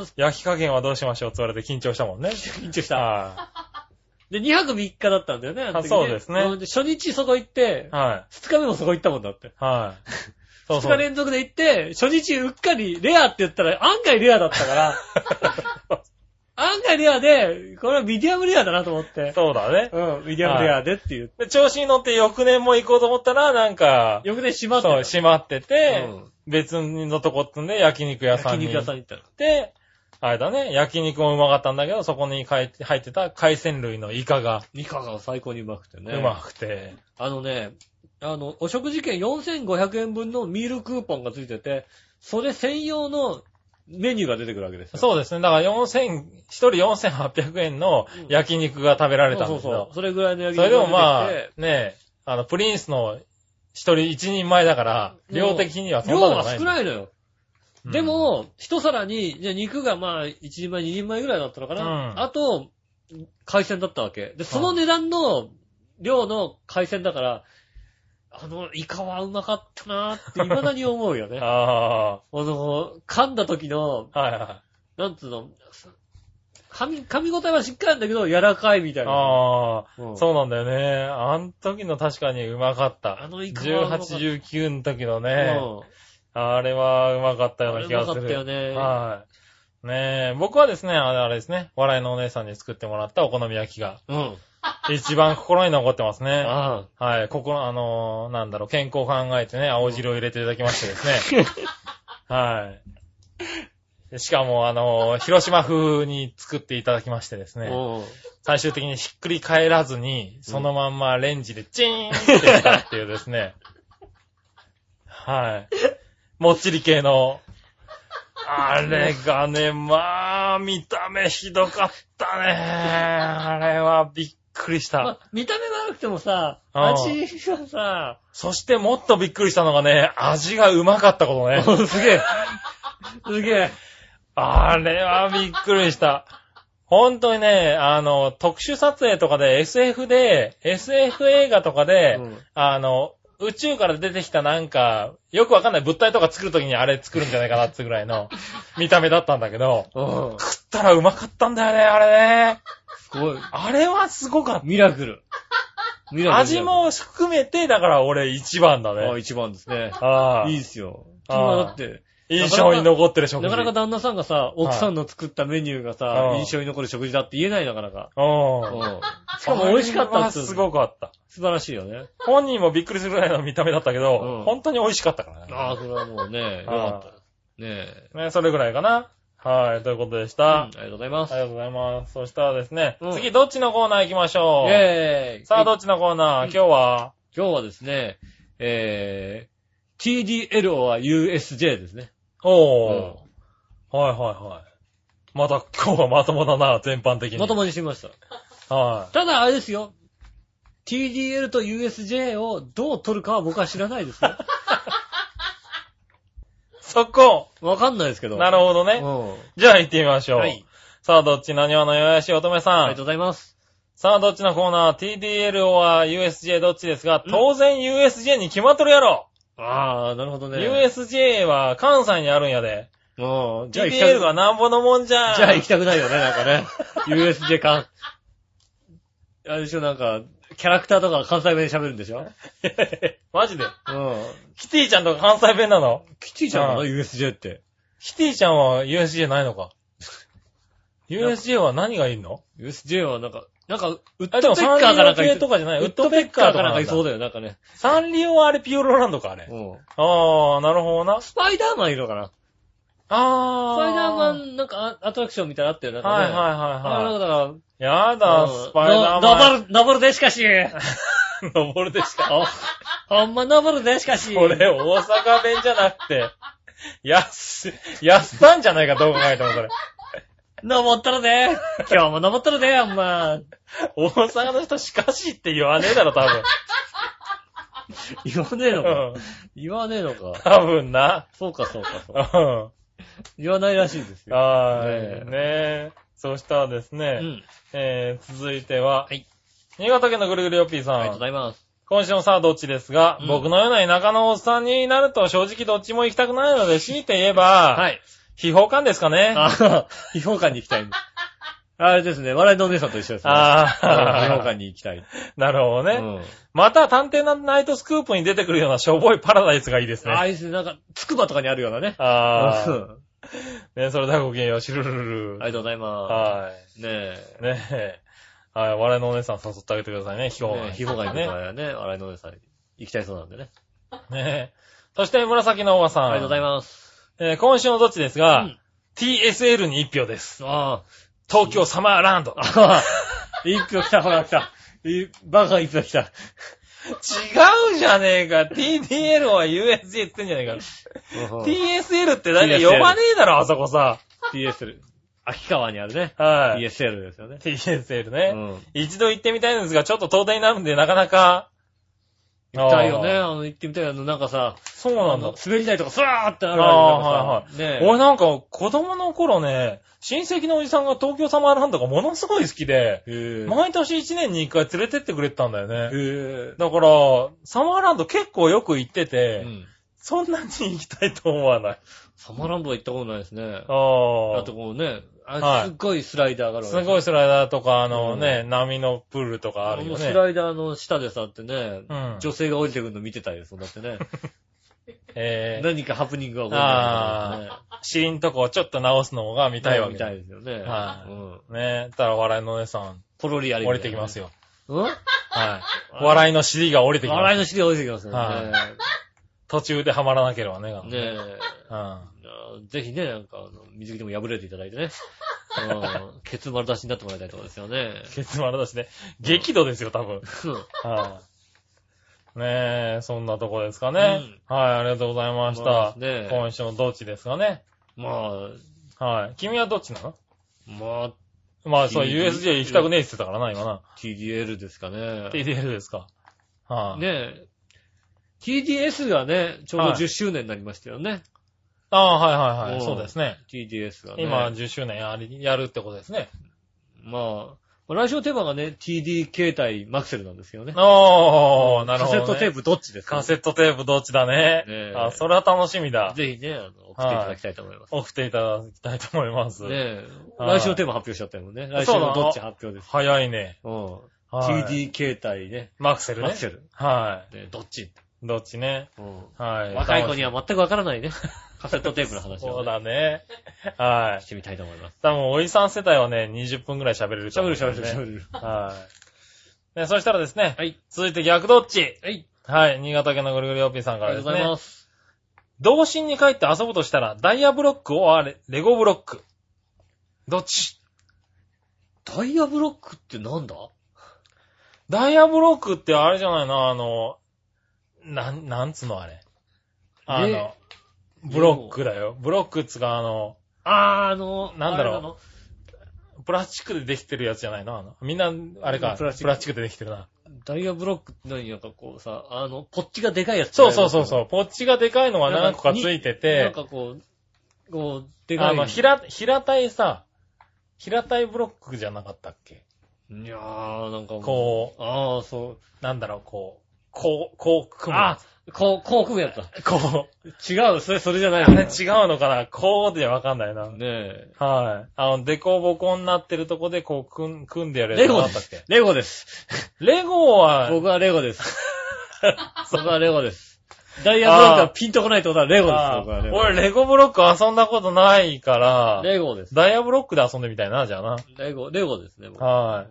焼き加減はどうしましょうって言われて緊張したもんね。 緊張した。はい。で、にはくみっかだったんだよね。 あ、そうですね。 初日そこ行って、はい。ふつかめもそこ行ったもんだって。 はい。そうそう。 ふつか連続で行って、初日うっかりレアって言ったら案外レアだったから、案外レアで、これはミディアムレアだなと思って。 そうだね。 うん、ミディアムレアでって言って。 で、調子に乗って翌年も行こうと思ったら、なんか、 翌年閉まってた。 そう、閉まってて、うん、別のとこってんで焼肉屋さんに。 焼肉屋さんに行ったの。 で、あれだね、焼肉もうまかったんだけど、そこに入ってた海鮮類のイカが。 イカが最高にうまくてね。 うまくて。 あのね、あの、お食事券よんせんごひゃくえんぶんのミールクーポンがついてて、それ専用のメニューが出てくるわけですよ。 そうですね。だからよんせん、一人よんせんはっぴゃくえんの焼肉が食べられたんですよ。 そうそうそう。それぐらいの焼肉が出てきて。それでもまあ、ね、あの、プリンスの一人一人前だから、量的にはそんなのない。 量は少ないのよ。でも、一皿に、じゃ肉がまあ、一人前、二人前ぐらいだったのかな。うん、あと、海鮮だったわけ。で、その値段の量の海鮮だから、あの、イカはうまかったなーって未だに思うよね。ああ。あの、噛んだ時の、はいはい。なんつうの、噛み、噛み応えはしっかりなんだけど、柔らかいみたいな。 ああ、うん、そうなんだよね。あの時の確かにうまかった。 あのイカはじゅうはち、じゅうきゅうの時のね。うんあれはうまかったような気がする。 うまかったよね。 はい。ねえ、僕はですね、あれ、あれですね、笑いのお姉さんに作ってもらったお好み焼きが、うん。一番心に残ってますね。ああはい。ここ、あのー、なんだろう、健康を考えてね、青汁を入れていただきましてですね。はい。しかも、あのー、広島風に作っていただきましてですね。最終的にひっくり返らずに、そのまんまレンジでチーンってしたっていうですね。はい。もっちり系の。あれがね、まあ、見た目ひどかったね。あれはびっくりした。まあ、 見た目悪くてもさ、味がさ。 そしてもっとびっくりしたのがね、味がうまかったことね。 すげえ。すげえ。 あれはびっくりした。本当にね、あの、特殊撮影とかで エスエフ で、エスエフ 映画とかで、うん、あの、宇宙から出てきたなんか、よくわかんない物体とか作るときにあれ作るんじゃないかなってぐらいの見た目だったんだけど、うん、食ったらうまかったんだよね、あれね。 すごい。 あれはすごかった。 ミラクル。 味も含めて、だから俺一番だね。 ああ、一番ですね。 ああ。 いいですよ。今だって、 印象に残ってる食事。 なかなか旦那さんがさ、奥さんの作ったメニューがさ、印象に残る食事だって言えないなかなか。うん。しかも美味しかったっつう。 すごくあった。 素晴らしいよね。 本人もびっくりするぐらいの見た目だったけど、うん、本当に美味しかったからね。 ああ、それはもうね、よかった。ねえ。ねそれぐらいかな。はい、ということでした、うん。 ありがとうございます。 ありがとうございます。そしたらですね、うん、次どっちのコーナー行きましょう。イェーイ。さあ、どっちのコーナー、今日は今日はですね、えー、ティーディーエル は ユーエスジェー ですね。 おー。うん、はいはいはい。また今日はまともだな、全般的に。 まともにしてみました。はい。ただあれですよ。ティーディーエル と ユーエスジェー をどう取るかは僕は知らないですよ。 そこ。 わかんないですけど。 なるほどね。うん。じゃあ行ってみましょう。はい。さあ、どっちなにわのよやしおとめさん。 ありがとうございます。 さあ、どっちのコーナー ティーディーエル は ユーエスジェー どっちですが、当然 ユーエスジェー に決まっとるやろ。 ああ、なるほどね。 ユーエスジェー は関西にあるんやで。 うん。 じゃあ ティーディーエル はなんぼのもんじゃん。 じゃあ行きたくないよね、なんかね。ユーエスジェー か。あれでしょ、なんか、キャラクターとか関西弁で喋るんでしょマジでうん。キティちゃんとか関西弁なのキティちゃんなの ?ユーエスジェー って。 キティちゃんは ユーエスジェー ないのかユーエスジェー は何がいいの ?ユーエスジェー はなんか、なんか、ウッドペッカーかなんかとかじゃないウッドペッカーとかなんかいそうだよ、なんかね。 サンリオはあれピューロランドか、あれ。うん。あー、なるほどな。 スパイダーマンいるのかなあー。 スパイダーマン、なんかアトラクションみたいなのあったよね。 はいはいはいはい。 あれだから、 やだ、スパイダーマン。 登る、登るでしかし。 登るでしか。 ほんま登るでしかし。 これ大阪弁じゃなくて、やす、やっさんじゃないか、どう考えてもそれ。 登ったるで。今日も登ったるで、あんま。 大阪の人しかしって言わねえだろ、多分。 言わねえのか。言わねえのか。 多分な。 そうか、そうか、そうか。言わないらしいですよ。 はい。ねえ。そうしたらですね。うん、えー、続いては。はい。新潟県のぐるぐるよっぴーさん。 ありがとうございます。 今週のさあどっちですが、うん、僕のような田舎のおっさんになると正直どっちも行きたくないので、強いて言えば、はい。秘宝館ですかね。 ああ、秘宝館に行きたい。あれですね、笑いのお姉さんと一緒ですね。ああ、秘宝館に行きたい。 なるほどね。うん、また探偵ナイトスクープに出てくるようなしょぼいパラダイスがいいですね。 ああ、いいですね。なんか、つくばとかにあるようなね。 ああ。ねそれではごきげんよう、しるるるる。 ありがとうございます。 はい。 ねえ。 ねえ。はい、笑いのお姉さん誘ってあげてくださいね、秘宝館。 秘宝館に行くね、笑いのお姉さん行きたいそうなんでね。 ねえ。そして紫のおばさん。 ありがとうございます。 えー、今週のどっちですが、うん、ティーエスエル に一票です。ああ。東京サマーランド。ああ。 一票来た、ほら来た。バカ一票来た。 違うじゃねえか。ティーディーエル は ユーエスジェー って言ってんじゃねえか。ティーエスエル って何か呼ばねえだろ、あそこさ。 ティーエスエル。秋川にあるね。 はい。 ティーエスエル ですよね。 ティーエスエル ね。うん。一度行ってみたいんですが、ちょっと遠出になるんで、なかなか。 行きたいよね。あの、行ってみたい。あの、なんかさ。 そうなんだ。 滑り台とかスワーってあるわけだからさ。 はいはい。ね俺なんか、子供の頃ね、親戚のおじさんが東京サマーランドがものすごい好きで、毎年いちねんにいっかい連れてってくれてたんだよね。へだから、サマーランド結構よく行ってて、うん、そんなに行きたいと思わない。 サマーランドは行ったことないですね。ああ。あとこうね、 あすっごいスライダーがあるわけ、 すごいスライダーとか、あのね、うん、波のプールとかあるよね。 スライダーの下でさってね、うん、女性が降りてくるの見てたいです、だってね。えー、何かハプニングが起こるんだよね。尻んとこをちょっと直すのが見たいわけ。 見たいですよね。 はい、うん。ねえ、たら笑いのお姉さん。 ポロリあり、 ね、降りてきますよ。 うんはい。 笑いの尻が降りてきます。 笑いの尻が降りてきますよね。はい。 途中ではまらなければね。ねえ。うん。ぜひね、なんか、あの、水着でも破れていただいてね。うん。ケツ丸出しになってもらいたいところですよね。 ケツ丸出しね。激怒ですよ、多分。はい。ねえ、そんなとこですかね。うん、はい、ありがとうございました。まあね、今週のどっちですかね。 まあ、はい。君はどっちなのまあ、 まあ、そう、ユーエスジェー 行きたくねえって言ってたからな、今な。 ティーディーエル ですかね。 ティーディーエル ですか。 はい、ねえ。ティーディーエス がね、ちょうどじゅっしゅうねんになりましたよね。はい、 ああ、はいはいはい。そうですね。 ティーディーエス がね。 今じゅっしゅうねんやる、やるってことですね。 まあ、来週のテーマがね、ティーディー 形態マクセルなんですよね。 おー、なるほど、ね。 カセットテープどっちですか、 ね、カセットテープどっちだね。ねあ、それは楽しみだ。 ぜひね、あの、送っていただきたいと思います。 はい、送っていただきたいと思います。 ね来週のテーマ発表しちゃったよね。来週のどっち発表です。 早いね。 うん。 はい、ティーディー 携帯ね。 マクセルね。 マクセル。 はい。 で、どっちどっちね。 うん。はい。若い子には全くわからないね。カセットテープの話を、ね。 そうだね。はい。 してみたいと思います。 多分、おじさん世代はね、にじゅっぷんくらい喋れると思う、ね。 喋る喋る喋る。 はい。ね、そしたらですね。 はい。 続いて逆どっち。 はい。 はい。新潟県のぐるぐるよっぴーさんからですね。 ありがとうございます。 童心に帰って遊ぶとしたら、ダイヤブロックをあれ、レゴブロック。どっち？ ダイヤブロックってなんだ？ ダイヤブロックってあれじゃないのあの、なん、なんつのあれ。あの、ブロックだよ。ブロックっつかあの、 あー、あの、 なんだろう。プラスチックでできてるやつじゃないのあの、みんな、あれか、プラスチックでできてるな。 ダイヤブロックって何なんかこうさ、あの、ポッチがでかいやつ。 そうそうそうそう。ポッチがでかいのが何個かついてて。 なんかこう、こう、でかい。 あの、平、平たいさ、平たいブロックじゃなかったっけ？ いやー、なんかもう。 こう。ああ、そう。 なんだろう、こう。こう、こう組む。 あ、こう、こう組むやつだ。 こう。 違う、それ、それじゃない。 あれ違うのかなこうでわかんないな。 ねえ。 はい。あの、デコボコになってるとこで、こう、組ん、組んでやるやつだったっけ？レゴです。 レゴは、 僕はレゴです。僕はレゴです。ダイヤブロックがピンとこないってことはレゴです。僕はレゴ。 俺、レゴブロック遊んだことないから、 レゴです。 ダイヤブロックで遊んでみたいな、じゃあな。 レゴ、レゴですね。 はい。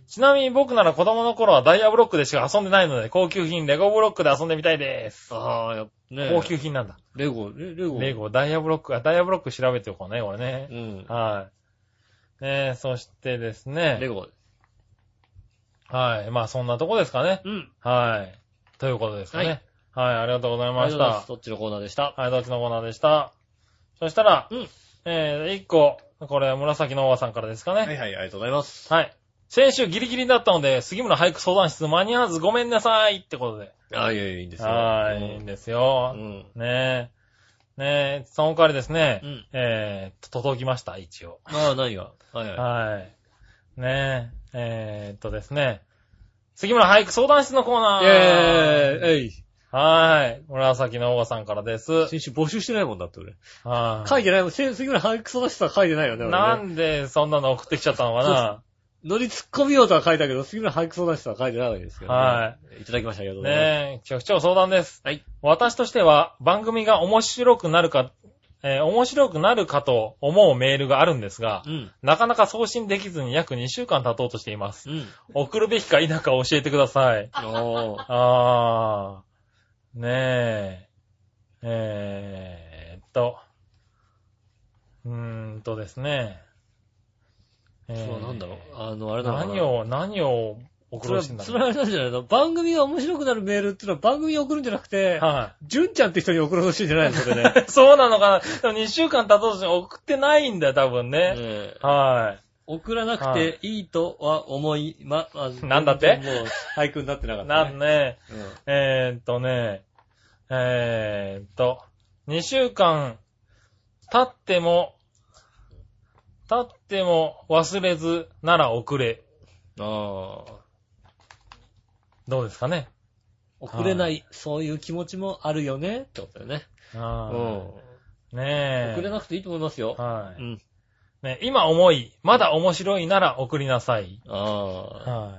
ちなみに僕なら子供の頃はダイヤブロックでしか遊んでないので、高級品レゴブロックで遊んでみたいです。 ああ、やっぱね。 高級品なんだ。 レゴ、レレゴ。 レゴ、ダイヤブロック、あ、ダイヤブロック調べておこうね、これね。 うん。 はい。ねえ、そしてですね。 レゴ。 はい。まあそんなとこですかね。 うん。 はい。ということですかね。はいはい、ありがとうございました。 どっちのコーナーでした。 はい、どっちのコーナーでした。そしたら、 うん。 えー、一個、これ、紫のおばさんからですかね。 はいはい、ありがとうございます。 はい。先週ギリギリだったので、杉村俳句相談室間に合わずごめんなさいってことで。 ああ、いやいや、いいんですよ。 はい、いいんですよ。うん。ねえ。ねえ、その代わりですね。うん。えー、届きました、一応。 ああ、何がはいはい。 はい。ねえ、えーっとですね。杉村俳句相談室のコーナー。 イェーイえい。 はーい。紫のおばさんからです。 先週募集してないもんだって俺。 はい。 書いてないもん。杉村俳句相談室は書いてないよね。 なんでそんなの送ってきちゃったのかな。 乗り突っ込みようとは書いたけど、杉村俳句相談室は書いてないわけですけどね。はい。いただきました、ありがとうございます。 ねえ、局長相談です。 はい。 私としては、番組が面白くなるか、えー、面白くなるかと思うメールがあるんですが、うん、なかなか送信できずに約にしゅうかん経とうとしています。うん、送るべきか否か教えてください。おー。あー。ねえ。えーっと。うーんとですね。 えー、そう、なんだろう。あの、あれだろうな。 何を、何を送ろうしてんだろう。 それはあれなんじゃないの？番組が面白くなるメールっていうのは番組に送るんじゃなくて、はい。純ちゃんって人に送ろうとしてんじゃないのそれね。 そうなのかな。でもにしゅうかん経とうとして送ってないんだよ、多分ね。ねはい。 送らなくていいとは思い、ま、あなんだってもう、俳句になってなかった、 ね。なんね。うん、えーっとね、えーっと、にしゅうかん経っても、経っても忘れずなら送れ。ああ。どうですかね。 送れない、そういう気持ちもあるよね、ってことだよね。ああ。 うん。ねえ。 送れなくていいと思いますよ。 はい。うん。ね、今思い、まだ面白いなら送りなさい。ああ。はい。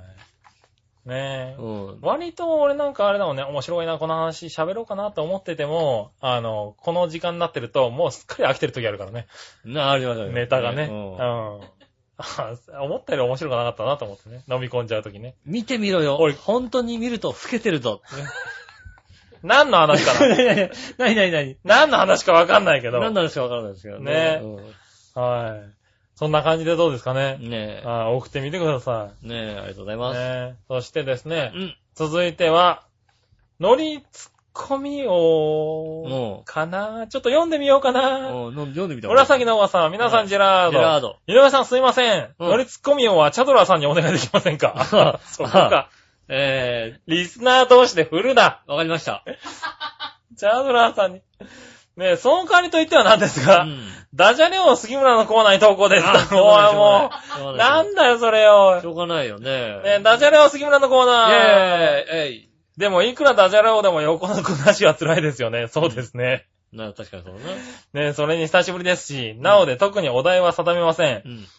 ねえ。うん。割と俺なんかあれだもんね、面白いな、この話喋ろうかなと思ってても、あの、この時間になってると、もうすっかり飽きてる時あるからね。 な、ありますよね。 ネタがね。うん。うん。思ったより面白くなかったなと思ってね。飲み込んじゃう時ね。 見てみろよ。俺、本当に見ると老けてるぞ。 何の話かな何何何何の話かわかんないけど。 何の話かわからないですけどね。 ね、うん、はい。そんな感じでどうですかね。ねえ。あ、送ってみてください。 ねえ、ありがとうございます。ねそしてですね、うん、続いては、ノリツッコミを、かなちょっと読んでみようかな読んでみた。 紫のおばさん、皆さんジェラード。ジェラード。井上さんすいません。うん、ノリツッコミをはチャドラーさんにお願いできませんかそこか。えー、リスナー同士で振るな。 わかりました。 チャドラーさんに。ねえ、その代わりと言ってはなんですが、うん、ダジャレを杉村のコーナーに投稿です。もう、もう、なんだよ、それよ。 しょうがないよね。 ねえ、ダジャレを杉村のコーナー。 イェーイ、えい。 でも、いくらダジャレをでも横のくなしは辛いですよね。そうですね。 な、確かにそうね。 ねえ、それに久しぶりですし、なおで特にお題は定めません。うん、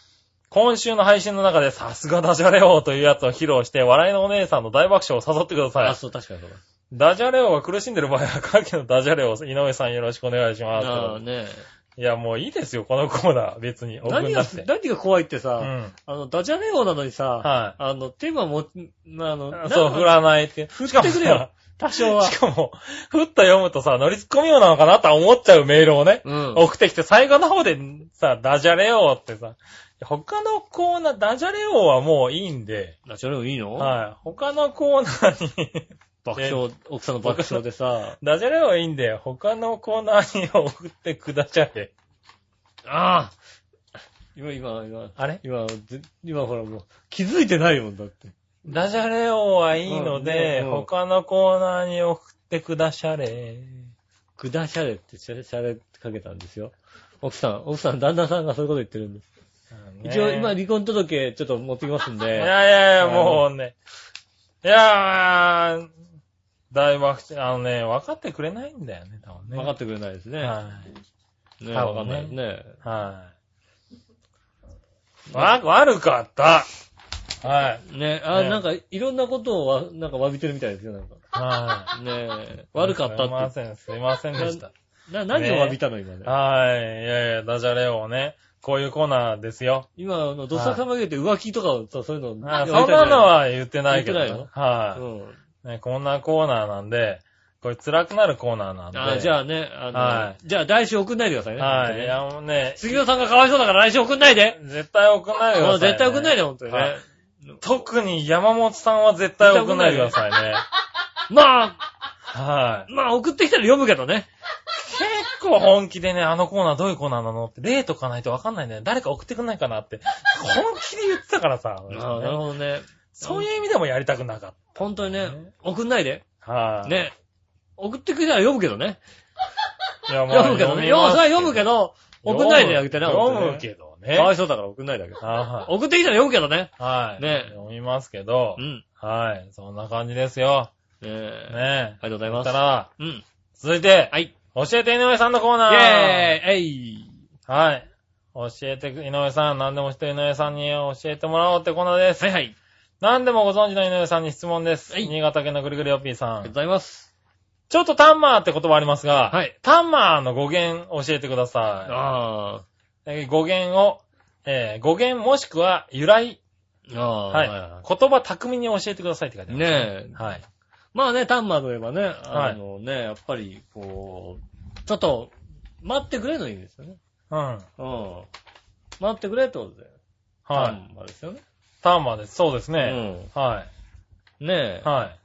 今週の配信の中でさすがダジャレ王というやつを披露して、笑いのお姉さんの大爆笑を誘ってください。 あ、そう、確かにそうだ。 ダジャレ王が苦しんでる場合は、下記のダジャレ王、井上さんよろしくお願いします。 ああ、ねいや、もういいですよ、このコーナー、別に。 何が、何が怖いってさ、うん、あの、ダジャレ王なのにさ、はい、あの、テーマも、あの、 そう、振らないって。 振ってくれよ。多少は。 しかも、ふっと読むとさ、乗りツッコミ王なのかなと思っちゃうメールをね、うん、送ってきて、最後の方でさ、ダジャレ王ってさ、他のコーナー、ダジャレ王はもういいんで。 ダジャレ王いいの？ はい。他のコーナーに爆笑、奥さんの爆笑でさ。 ダジャレ王いいんで、他のコーナーに送ってください。 ああ今、今、今。 あれ今、今ほらもう、気づいてないもんだって。 ダジャレ王はいいので、うんうん、他のコーナーに送ってくだしゃれ。 くだしゃれってシャレ、シャレかけたんですよ。奥さん、奥さん、旦那さんがそういうこと言ってるんです。ね、一応今離婚届ちょっと持ってきますんで。いやいやいや、もうね。いやー、だいぶ、あのね、分かってくれないんだよね、多分ね。 分かってくれないですね。はい。ね、分かんないですね。 はい。わ、悪かった。はい。 ね、あ、ね、なんか、いろんなことをわ、なんか詫びてるみたいですよ、なんか。はい。ねえ、悪かったって。 すいません、すいませんでした。 な、何を詫びたの、今ね。 はい。いやいや、ダジャレ王ね。こういうコーナーですよ。 今、あの、ドサカマゲって浮気とかを、そういうの。 あ、そんなのは言ってないけど。言ってないの？はい、うんね。こんなコーナーなんで、これ辛くなるコーナーなんで。 あ、じゃあね、あの、はい、じゃあ来週送んないでくださいね。 はい。ね、いやもうね。 杉野さんがかわいそうだから来週送んないで。 絶対送んないでください、ね。 絶対送んないで、ほんとにね。はい、 特に山本さんは絶対送んないでくださいね。 まあ、 はい。 まあ送ってきたら読むけどね。 結構本気でね、あのコーナーどういうコーナーなのって例とかないとわかんないんだよ。誰か送ってくんないかなって。本気で言ってたからさ。 ああ、なるほどね。 そういう意味でもやりたくなかった。 本当にね、送んないで。 はい、 ね。送ってくれたら読むけどね。 いや、まあ、読むけどね。読む、それは読むけど、送んないであげてね。 読むけどね。 かわいそうだから送んないだけど。送ってきたら読むけどね。 はい。 ね。 読みますけど。 うん。 はい。そんな感じですよ。 ねえ。 ねえ。 ありがとうございます。 そしたら、 うん。 続いて、 はい。 教えて井上さんのコーナー。 イェーイえいはい。教えて井上さん、何でも知ってる井上さんに教えてもらおうってコーナーです。 はいはい。 何でもご存知の井上さんに質問です。はい。新潟県のぐるぐるよっぴーさん。ありがとうございます。 ちょっとタンマーって言葉ありますが、 はい。 タンマーの語源教えてください。 ああ。語源を、えー、語源もしくは由来。 ああ。 はい。はいはい、言葉巧みに教えてくださいって書いてあります、 ね。 ねえ。はい。 まあね、タンマーといえばね、あのね、はい、やっぱり、こう、ちょっと、待ってくれの意味ですよね。 うん。うん。 待ってくれってことで。 はい。 タンマーですよね。 タンマーです。そうですね。うん。はい。 ねえ。 はい。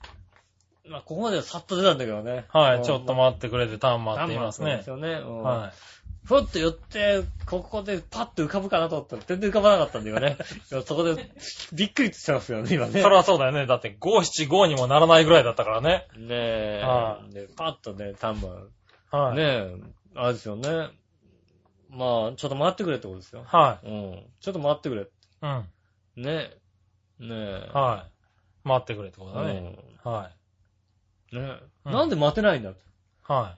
まあ、ここまではさっと出たんだけどね。 はい。ちょっと待ってくれてタンマーって言いますね。 タンマーですよね。うん、 はい。 ふっと寄って、ここでパッと浮かぶかなと思ったら全然浮かばなかったんだよね。そこでびっくりしてますよね、今ね。 それはそうだよね。だってご、七、五にもならないぐらいだったからね。 ねえ。 はい、 でパッとね、タンマー。 はい。 ねえ。あれですよね。まあ、ちょっと待ってくれってことですよ。 はい。 うん。ちょっと待ってくれ。 うん。 ねえ。ねえ。 はい。待ってくれってことだね。うん、はい。 ねえ、うん。なんで待てないんだって。 はい。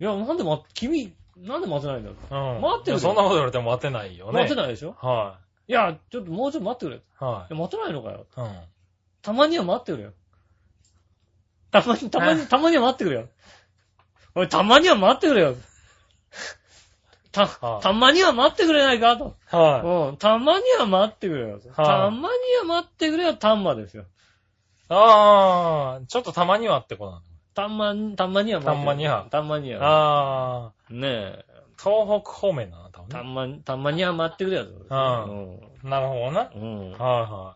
いや、なんで待、君、なんで待てないんだって。 うん。 待ってる。 そんなこと言われても待てないよね。 待てないでしょ。 はい。 いや、ちょっともうちょっと待ってくれ。 はい。 いや、待てないのかよ。 うん。 たまには待ってくれよ。たまに、たまに、たまには待ってくれよ。おい、たまには待ってくれよ。た、はあ、たまには待ってくれないかと。 はい、 うん。たまには待ってくれよ。はあ、たまには待ってくれよ、たんまですよ。 ああ、ちょっとたまにはってことなの。 たまに、たまには待ってくれ。 たまには。 たまには。 ああ。 ねえ。 東北方面なの、多分ね。 たまに、たまには待ってくれよ。 うん。うん、なるほどな。 うん。 はいはい。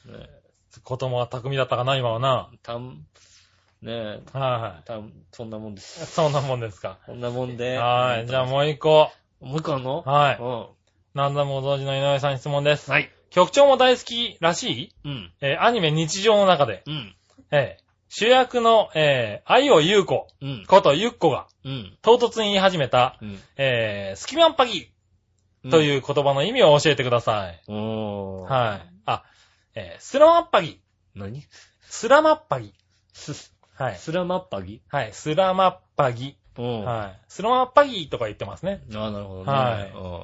ねえ。言葉は巧みだったかな、今はな。 たん、ねえ。 はいはい。 たん、そんなもんです。 そんなもんですか。 そんなもんで。 はい。じゃあもう一個。 もう一個あんの？ はい。 うん。 何度もご存知の井上さんに質問です。 はい。 局長も大好きらしい？ うん。 えー、アニメ日常の中で。 うん。 えー、主役の、えー、愛尾優子。うん。ことゆっこが。うん。唐突に言い始めた。うん。えー、スキマンパギー。という言葉の意味を教えてください。 うん、おー。 はい。あ、えー、スラマッパギ。 何？ スラマッパギ。 す、 はい。 スラマッパギ？ はい。スラマッパギ。はい。スラマッパギとか言ってますね。 ああ、なるほどね。 はい。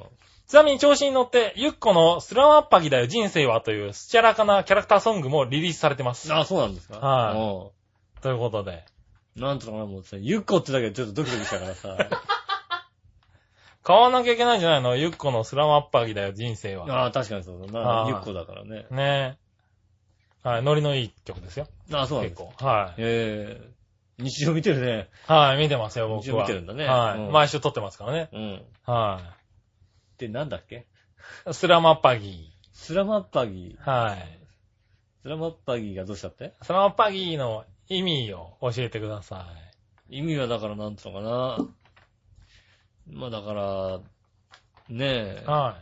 ちなみに調子に乗って、ゆっこのスラマッパギだよ人生はというスチャラカなキャラクターソングもリリースされてます。 あ、そうなんですか。 はい。ということで。 なんとかな、もうさ、ゆっこってだけでちょっとドキドキしたからさ。 買わなきゃいけないんじゃないの？ゆっこのスラマッパギだよ人生は。 ああ、確かにそうだな。ゆっこだからね。 ねえ。はい、ノリのいい曲ですよ。 ああ、そうなんですか。 結構。はい。 ええー。日常見てるね。 はい、見てますよ、僕は。 日常見てるんだね。 はい。うん、毎週撮ってますからね。 うん。 はい。 で、なんだっけ？ スラマッパギー。スラマッパギー。はい。 スラマッパギーがどうしたって？ スラマッパギーの意味を教えてください。意味はだからなんつうのかな。まあだから、ねえ。 はい。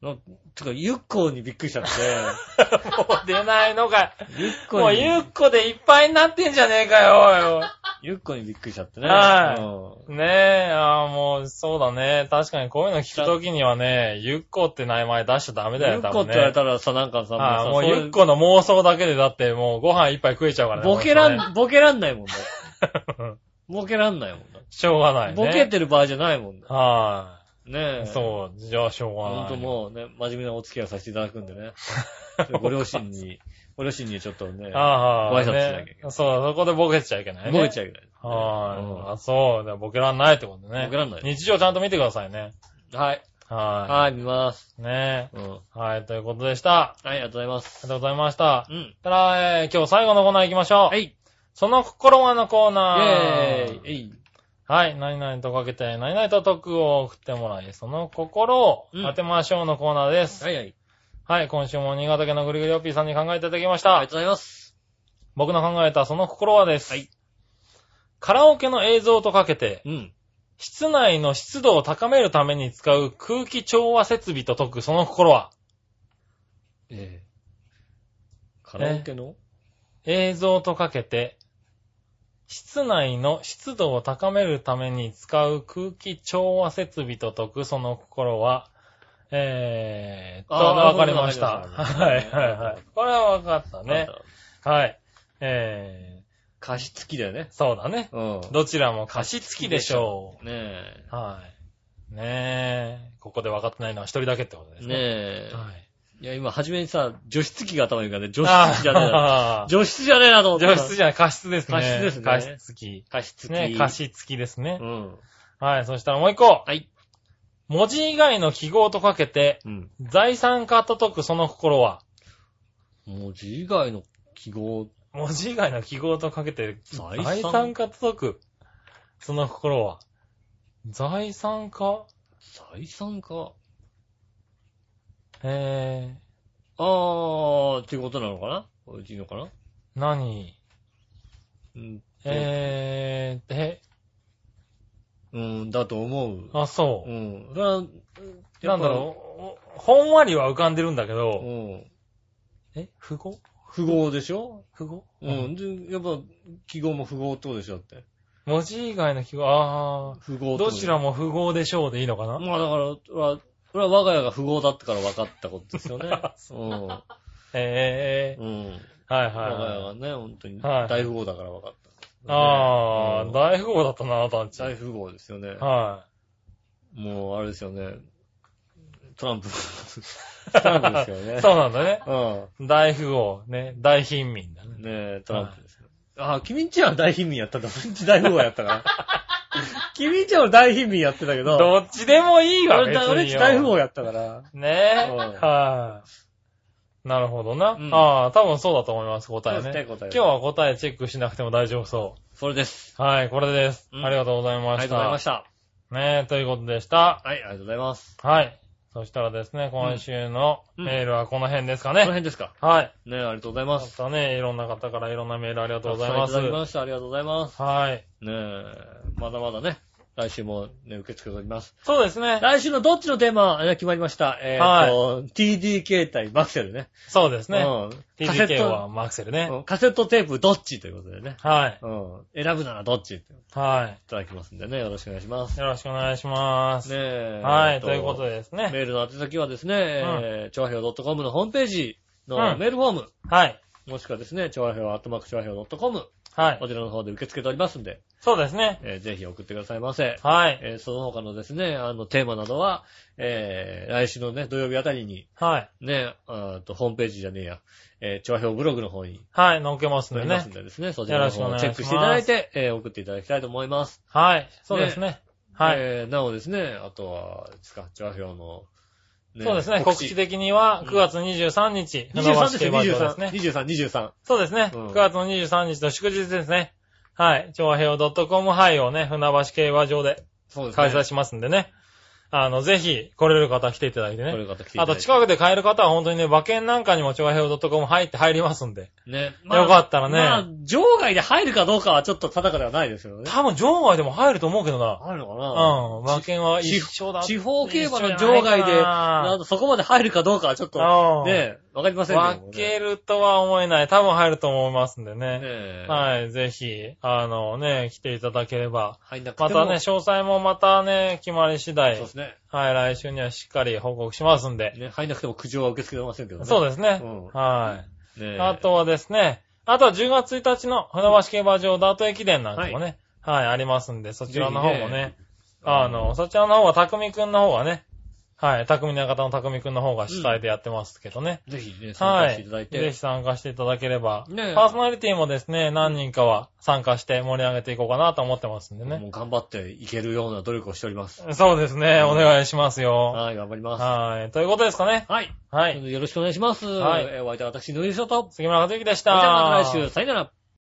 な、てか、ゆっこにびっくりしちゃって。 もう出ないのか。 ゆっこに。 もうゆっこでいっぱいになってんじゃねえかよ、おい。 ゆっこにびっくりしちゃってね。 はい。うん、ねえ、ああ、もう、そうだね。確かにこういうの聞くときにはね、ゆっこって名前出しちゃダメだよ、 ゆっこって言われたらさ、なんかさ、 もうさ、もうゆっこの妄想だけでだって、もうご飯一杯食えちゃうからね。 ボケらん、ボケらんないもんだ。ボケらんないもんだ。 しょうがないね。 ボケてる場合じゃないもんだ。 はい。 ねえ。 そう、じゃあしょうがない。 ほんともうね、真面目なお付き合いをさせていただくんでね。ご両親に、ご両親にちょっとね、 ああ、 ご挨拶しなきゃいけない。 そう、そこでボケちゃいけないね。 ボケちゃいけない。 はい。あ、そう、ボケらんないってことね。 ボケらんない。 日常ちゃんと見てくださいね。 はい。 はい。 はい、見ます。 ねえ。うん。はい、ということでした。はい、 ありがとうございます。 ありがとうございました。 うん。 ただ、えー、今日最後のコーナー行きましょう。 はい。 その心はのコーナー。 イェーイ。えい。 はい。何々とかけて、何々と徳を送ってもらい、その心を当てましょうのコーナーです。 うん、はいはい。 はい。今週も新潟県のぐりぐりおっぴーさんに考えていただきました。 ありがとうございます。 僕の考えたその心はです。 はい。 カラオケの映像とかけて、 うん。 室内の湿度を高めるために使う空気調和設備と解くその心は。 ええ。カラオケの、 映像とかけて、室内の湿度を高めるために使う空気調和設備と解くその心は、えーっと、わかりました。はいはいはい。これはわかったね。はい。えー、 加湿器だよね。 そうだね。うん。どちらも加湿器でしょう。 ねえ。 はい。ねえ。ここで分かってないのは一人だけってことですね。 ねえ。 はい。 いや、今、初めにさ、除湿器が頭に浮かんで、除湿器じゃねえな。除湿じゃねえなと思って。 除湿じゃない、加湿ですね。 加湿ですね。 加湿器。 加湿器。 ね、加湿器ですね。 うん。 はい、そしたらもう一個。 はい。 文字以外の記号とかけて、うん、財産化と解くその心は。 文字以外の記号。 文字以外の記号とかけて、財産化と解くその心は。財産化財産化えー。あー、っていうことなのかな？いいのかな？ 何うん。 えー、えうん、だと思う。 あ、そう。 うん。それは、 なんだろう、ほんわりは浮かんでるんだけど、 うん。 え符号符号でしょ？ 符号うん。で、やっぱ、記号も符号ってことでしょって。 文字以外の記号、あー。 符号どちらも符号でしょうでいいのかな？ まあだから、これは我が家が符号だったから分かったことですよね。うん。 ええー。 うん。 はいはい、はい。 我が家がね、本当に大富豪だから分かった。 ああ、うん、大富豪だったな、あなたんち。 大富豪ですよね。 はい。 もう、あれですよね。トランプ。トランプですよね。 そうなんだね。 うん。 大富豪、ね。大貧民だね。 ねえ、トランプですよ。はい、ああ、君んちは大貧民やったんだ。俺んち大富豪やったから。君んちは大貧民やってたけど。 どっちでもいいわ、別に。 俺んち大富豪やったから。 ねえ。はい、あ。なるほどな。うん、ああ、多分そうだと思います、答えね。 答え答え。 今日は答えチェックしなくても大丈夫そう。 それです。 はい、これです、うん。ありがとうございました。ありがとうございました。 ねえ、ということでした。 はい、ありがとうございます。 はい。そしたらですね、今週のメールはこの辺ですかね。 この辺ですか。 はい。 ねえ、ありがとうございます。 またね、いろんな方からいろんなメールありがとうございます。 いただきました。ありがとうございます。 はい。 ねえ、まだまだね。来週もね、受け付けております。 そうですね。 来週のどっちのテーマ、決まりました。えーと、はい、ティーディーケー 対マクセルね。 そうですね。うん。ティーディーケー はマクセルね、 うん。カセットテープどっちということでね。 はい。 うん。選ぶならどっちはい。 いただきますんでね。よろしくお願いします。 よろしくお願いします。 ねえ。 はい。ということでですね。 メールの宛先はですね、うん、えー、ちょわひょう .com のホームページのメールフォーム。 うん、はい。 もしくはですね、ちょわひょう、アットマークちょわひょう .com。 はい。 こちらの方で受け付けておりますんで。 そうですね。 えー、ぜひ送ってくださいませ。 はい。 えー、その他のですね、あの、テーマなどは、えー、来週のね、土曜日あたりに、 はい。 ね、あと、ホームページじゃねえや、えー、調和表ブログの方に。 はい、載っけますんでね。載ますんでですね、そちらの方をチェックしていただいて、えー、送っていただきたいと思います。 はい、そうですね。ねはい。 えー、なおですね、あとは、ですか、調和表の、 ね、そうですね、告知的には、くがつにじゅうさんにち、 うん、にじゅうさんですよ、にじゅうさん。にじゅうさん、にじゅうさん。 そうですね、うん、くがつのにじゅうさんにちと祝日ですね。はい、調和表 .com 杯をね、船橋競馬場で開催しますんでね。あの、ぜひ、来れる方来ていただいてね。来れる方来ていただいて。あと、近くで買える方は本当にね、馬券なんかにも調和表 .com 入って入りますんで。ね。まあ、よかったらね。まあ、 場外で入るかどうかはちょっと定かではないですよね。 多分、場外でも入ると思うけどな。 入るのかなうん。馬券は一緒だ。 地方競馬の場外で、なんそこまで入るかどうかはちょっと、ね、わかりませんけど、ね。 分けるとは思えない。多分入ると思いますんでね。ねはい。ぜひ、あのね、来ていただければ。入んなくてもまたね、詳細もまたね、決まり次第。そうですね。はい。来週にはしっかり報告しますんで。 ね、入んなくても苦情は受け付けませんけどね。 そうですね。うん、はい。ね、あとはですね、あとはじゅうがつついたちの船橋競馬場ダート駅伝なんかもね、はい、はい、ありますんで、そちらの方もね、ねあの、そちらの方は匠くんの方がね、はい。匠の方の匠くんの方が主催でやってますけどね。 うん、ぜひね、参加していただいて。 はい。ぜひ参加していただければ。ね、パーソナリティもですね、何人かは参加して盛り上げていこうかなと思ってますんでね。 もう頑張っていけるような努力をしております。 そうですね。うん、お願いしますよ。 はい、頑張ります。 はい。ということですかね。 はい。 はい。 よろしくお願いします。はい。お相手は私、のりしょと。 杉村和之でした。 じゃあまた来週、さよなら。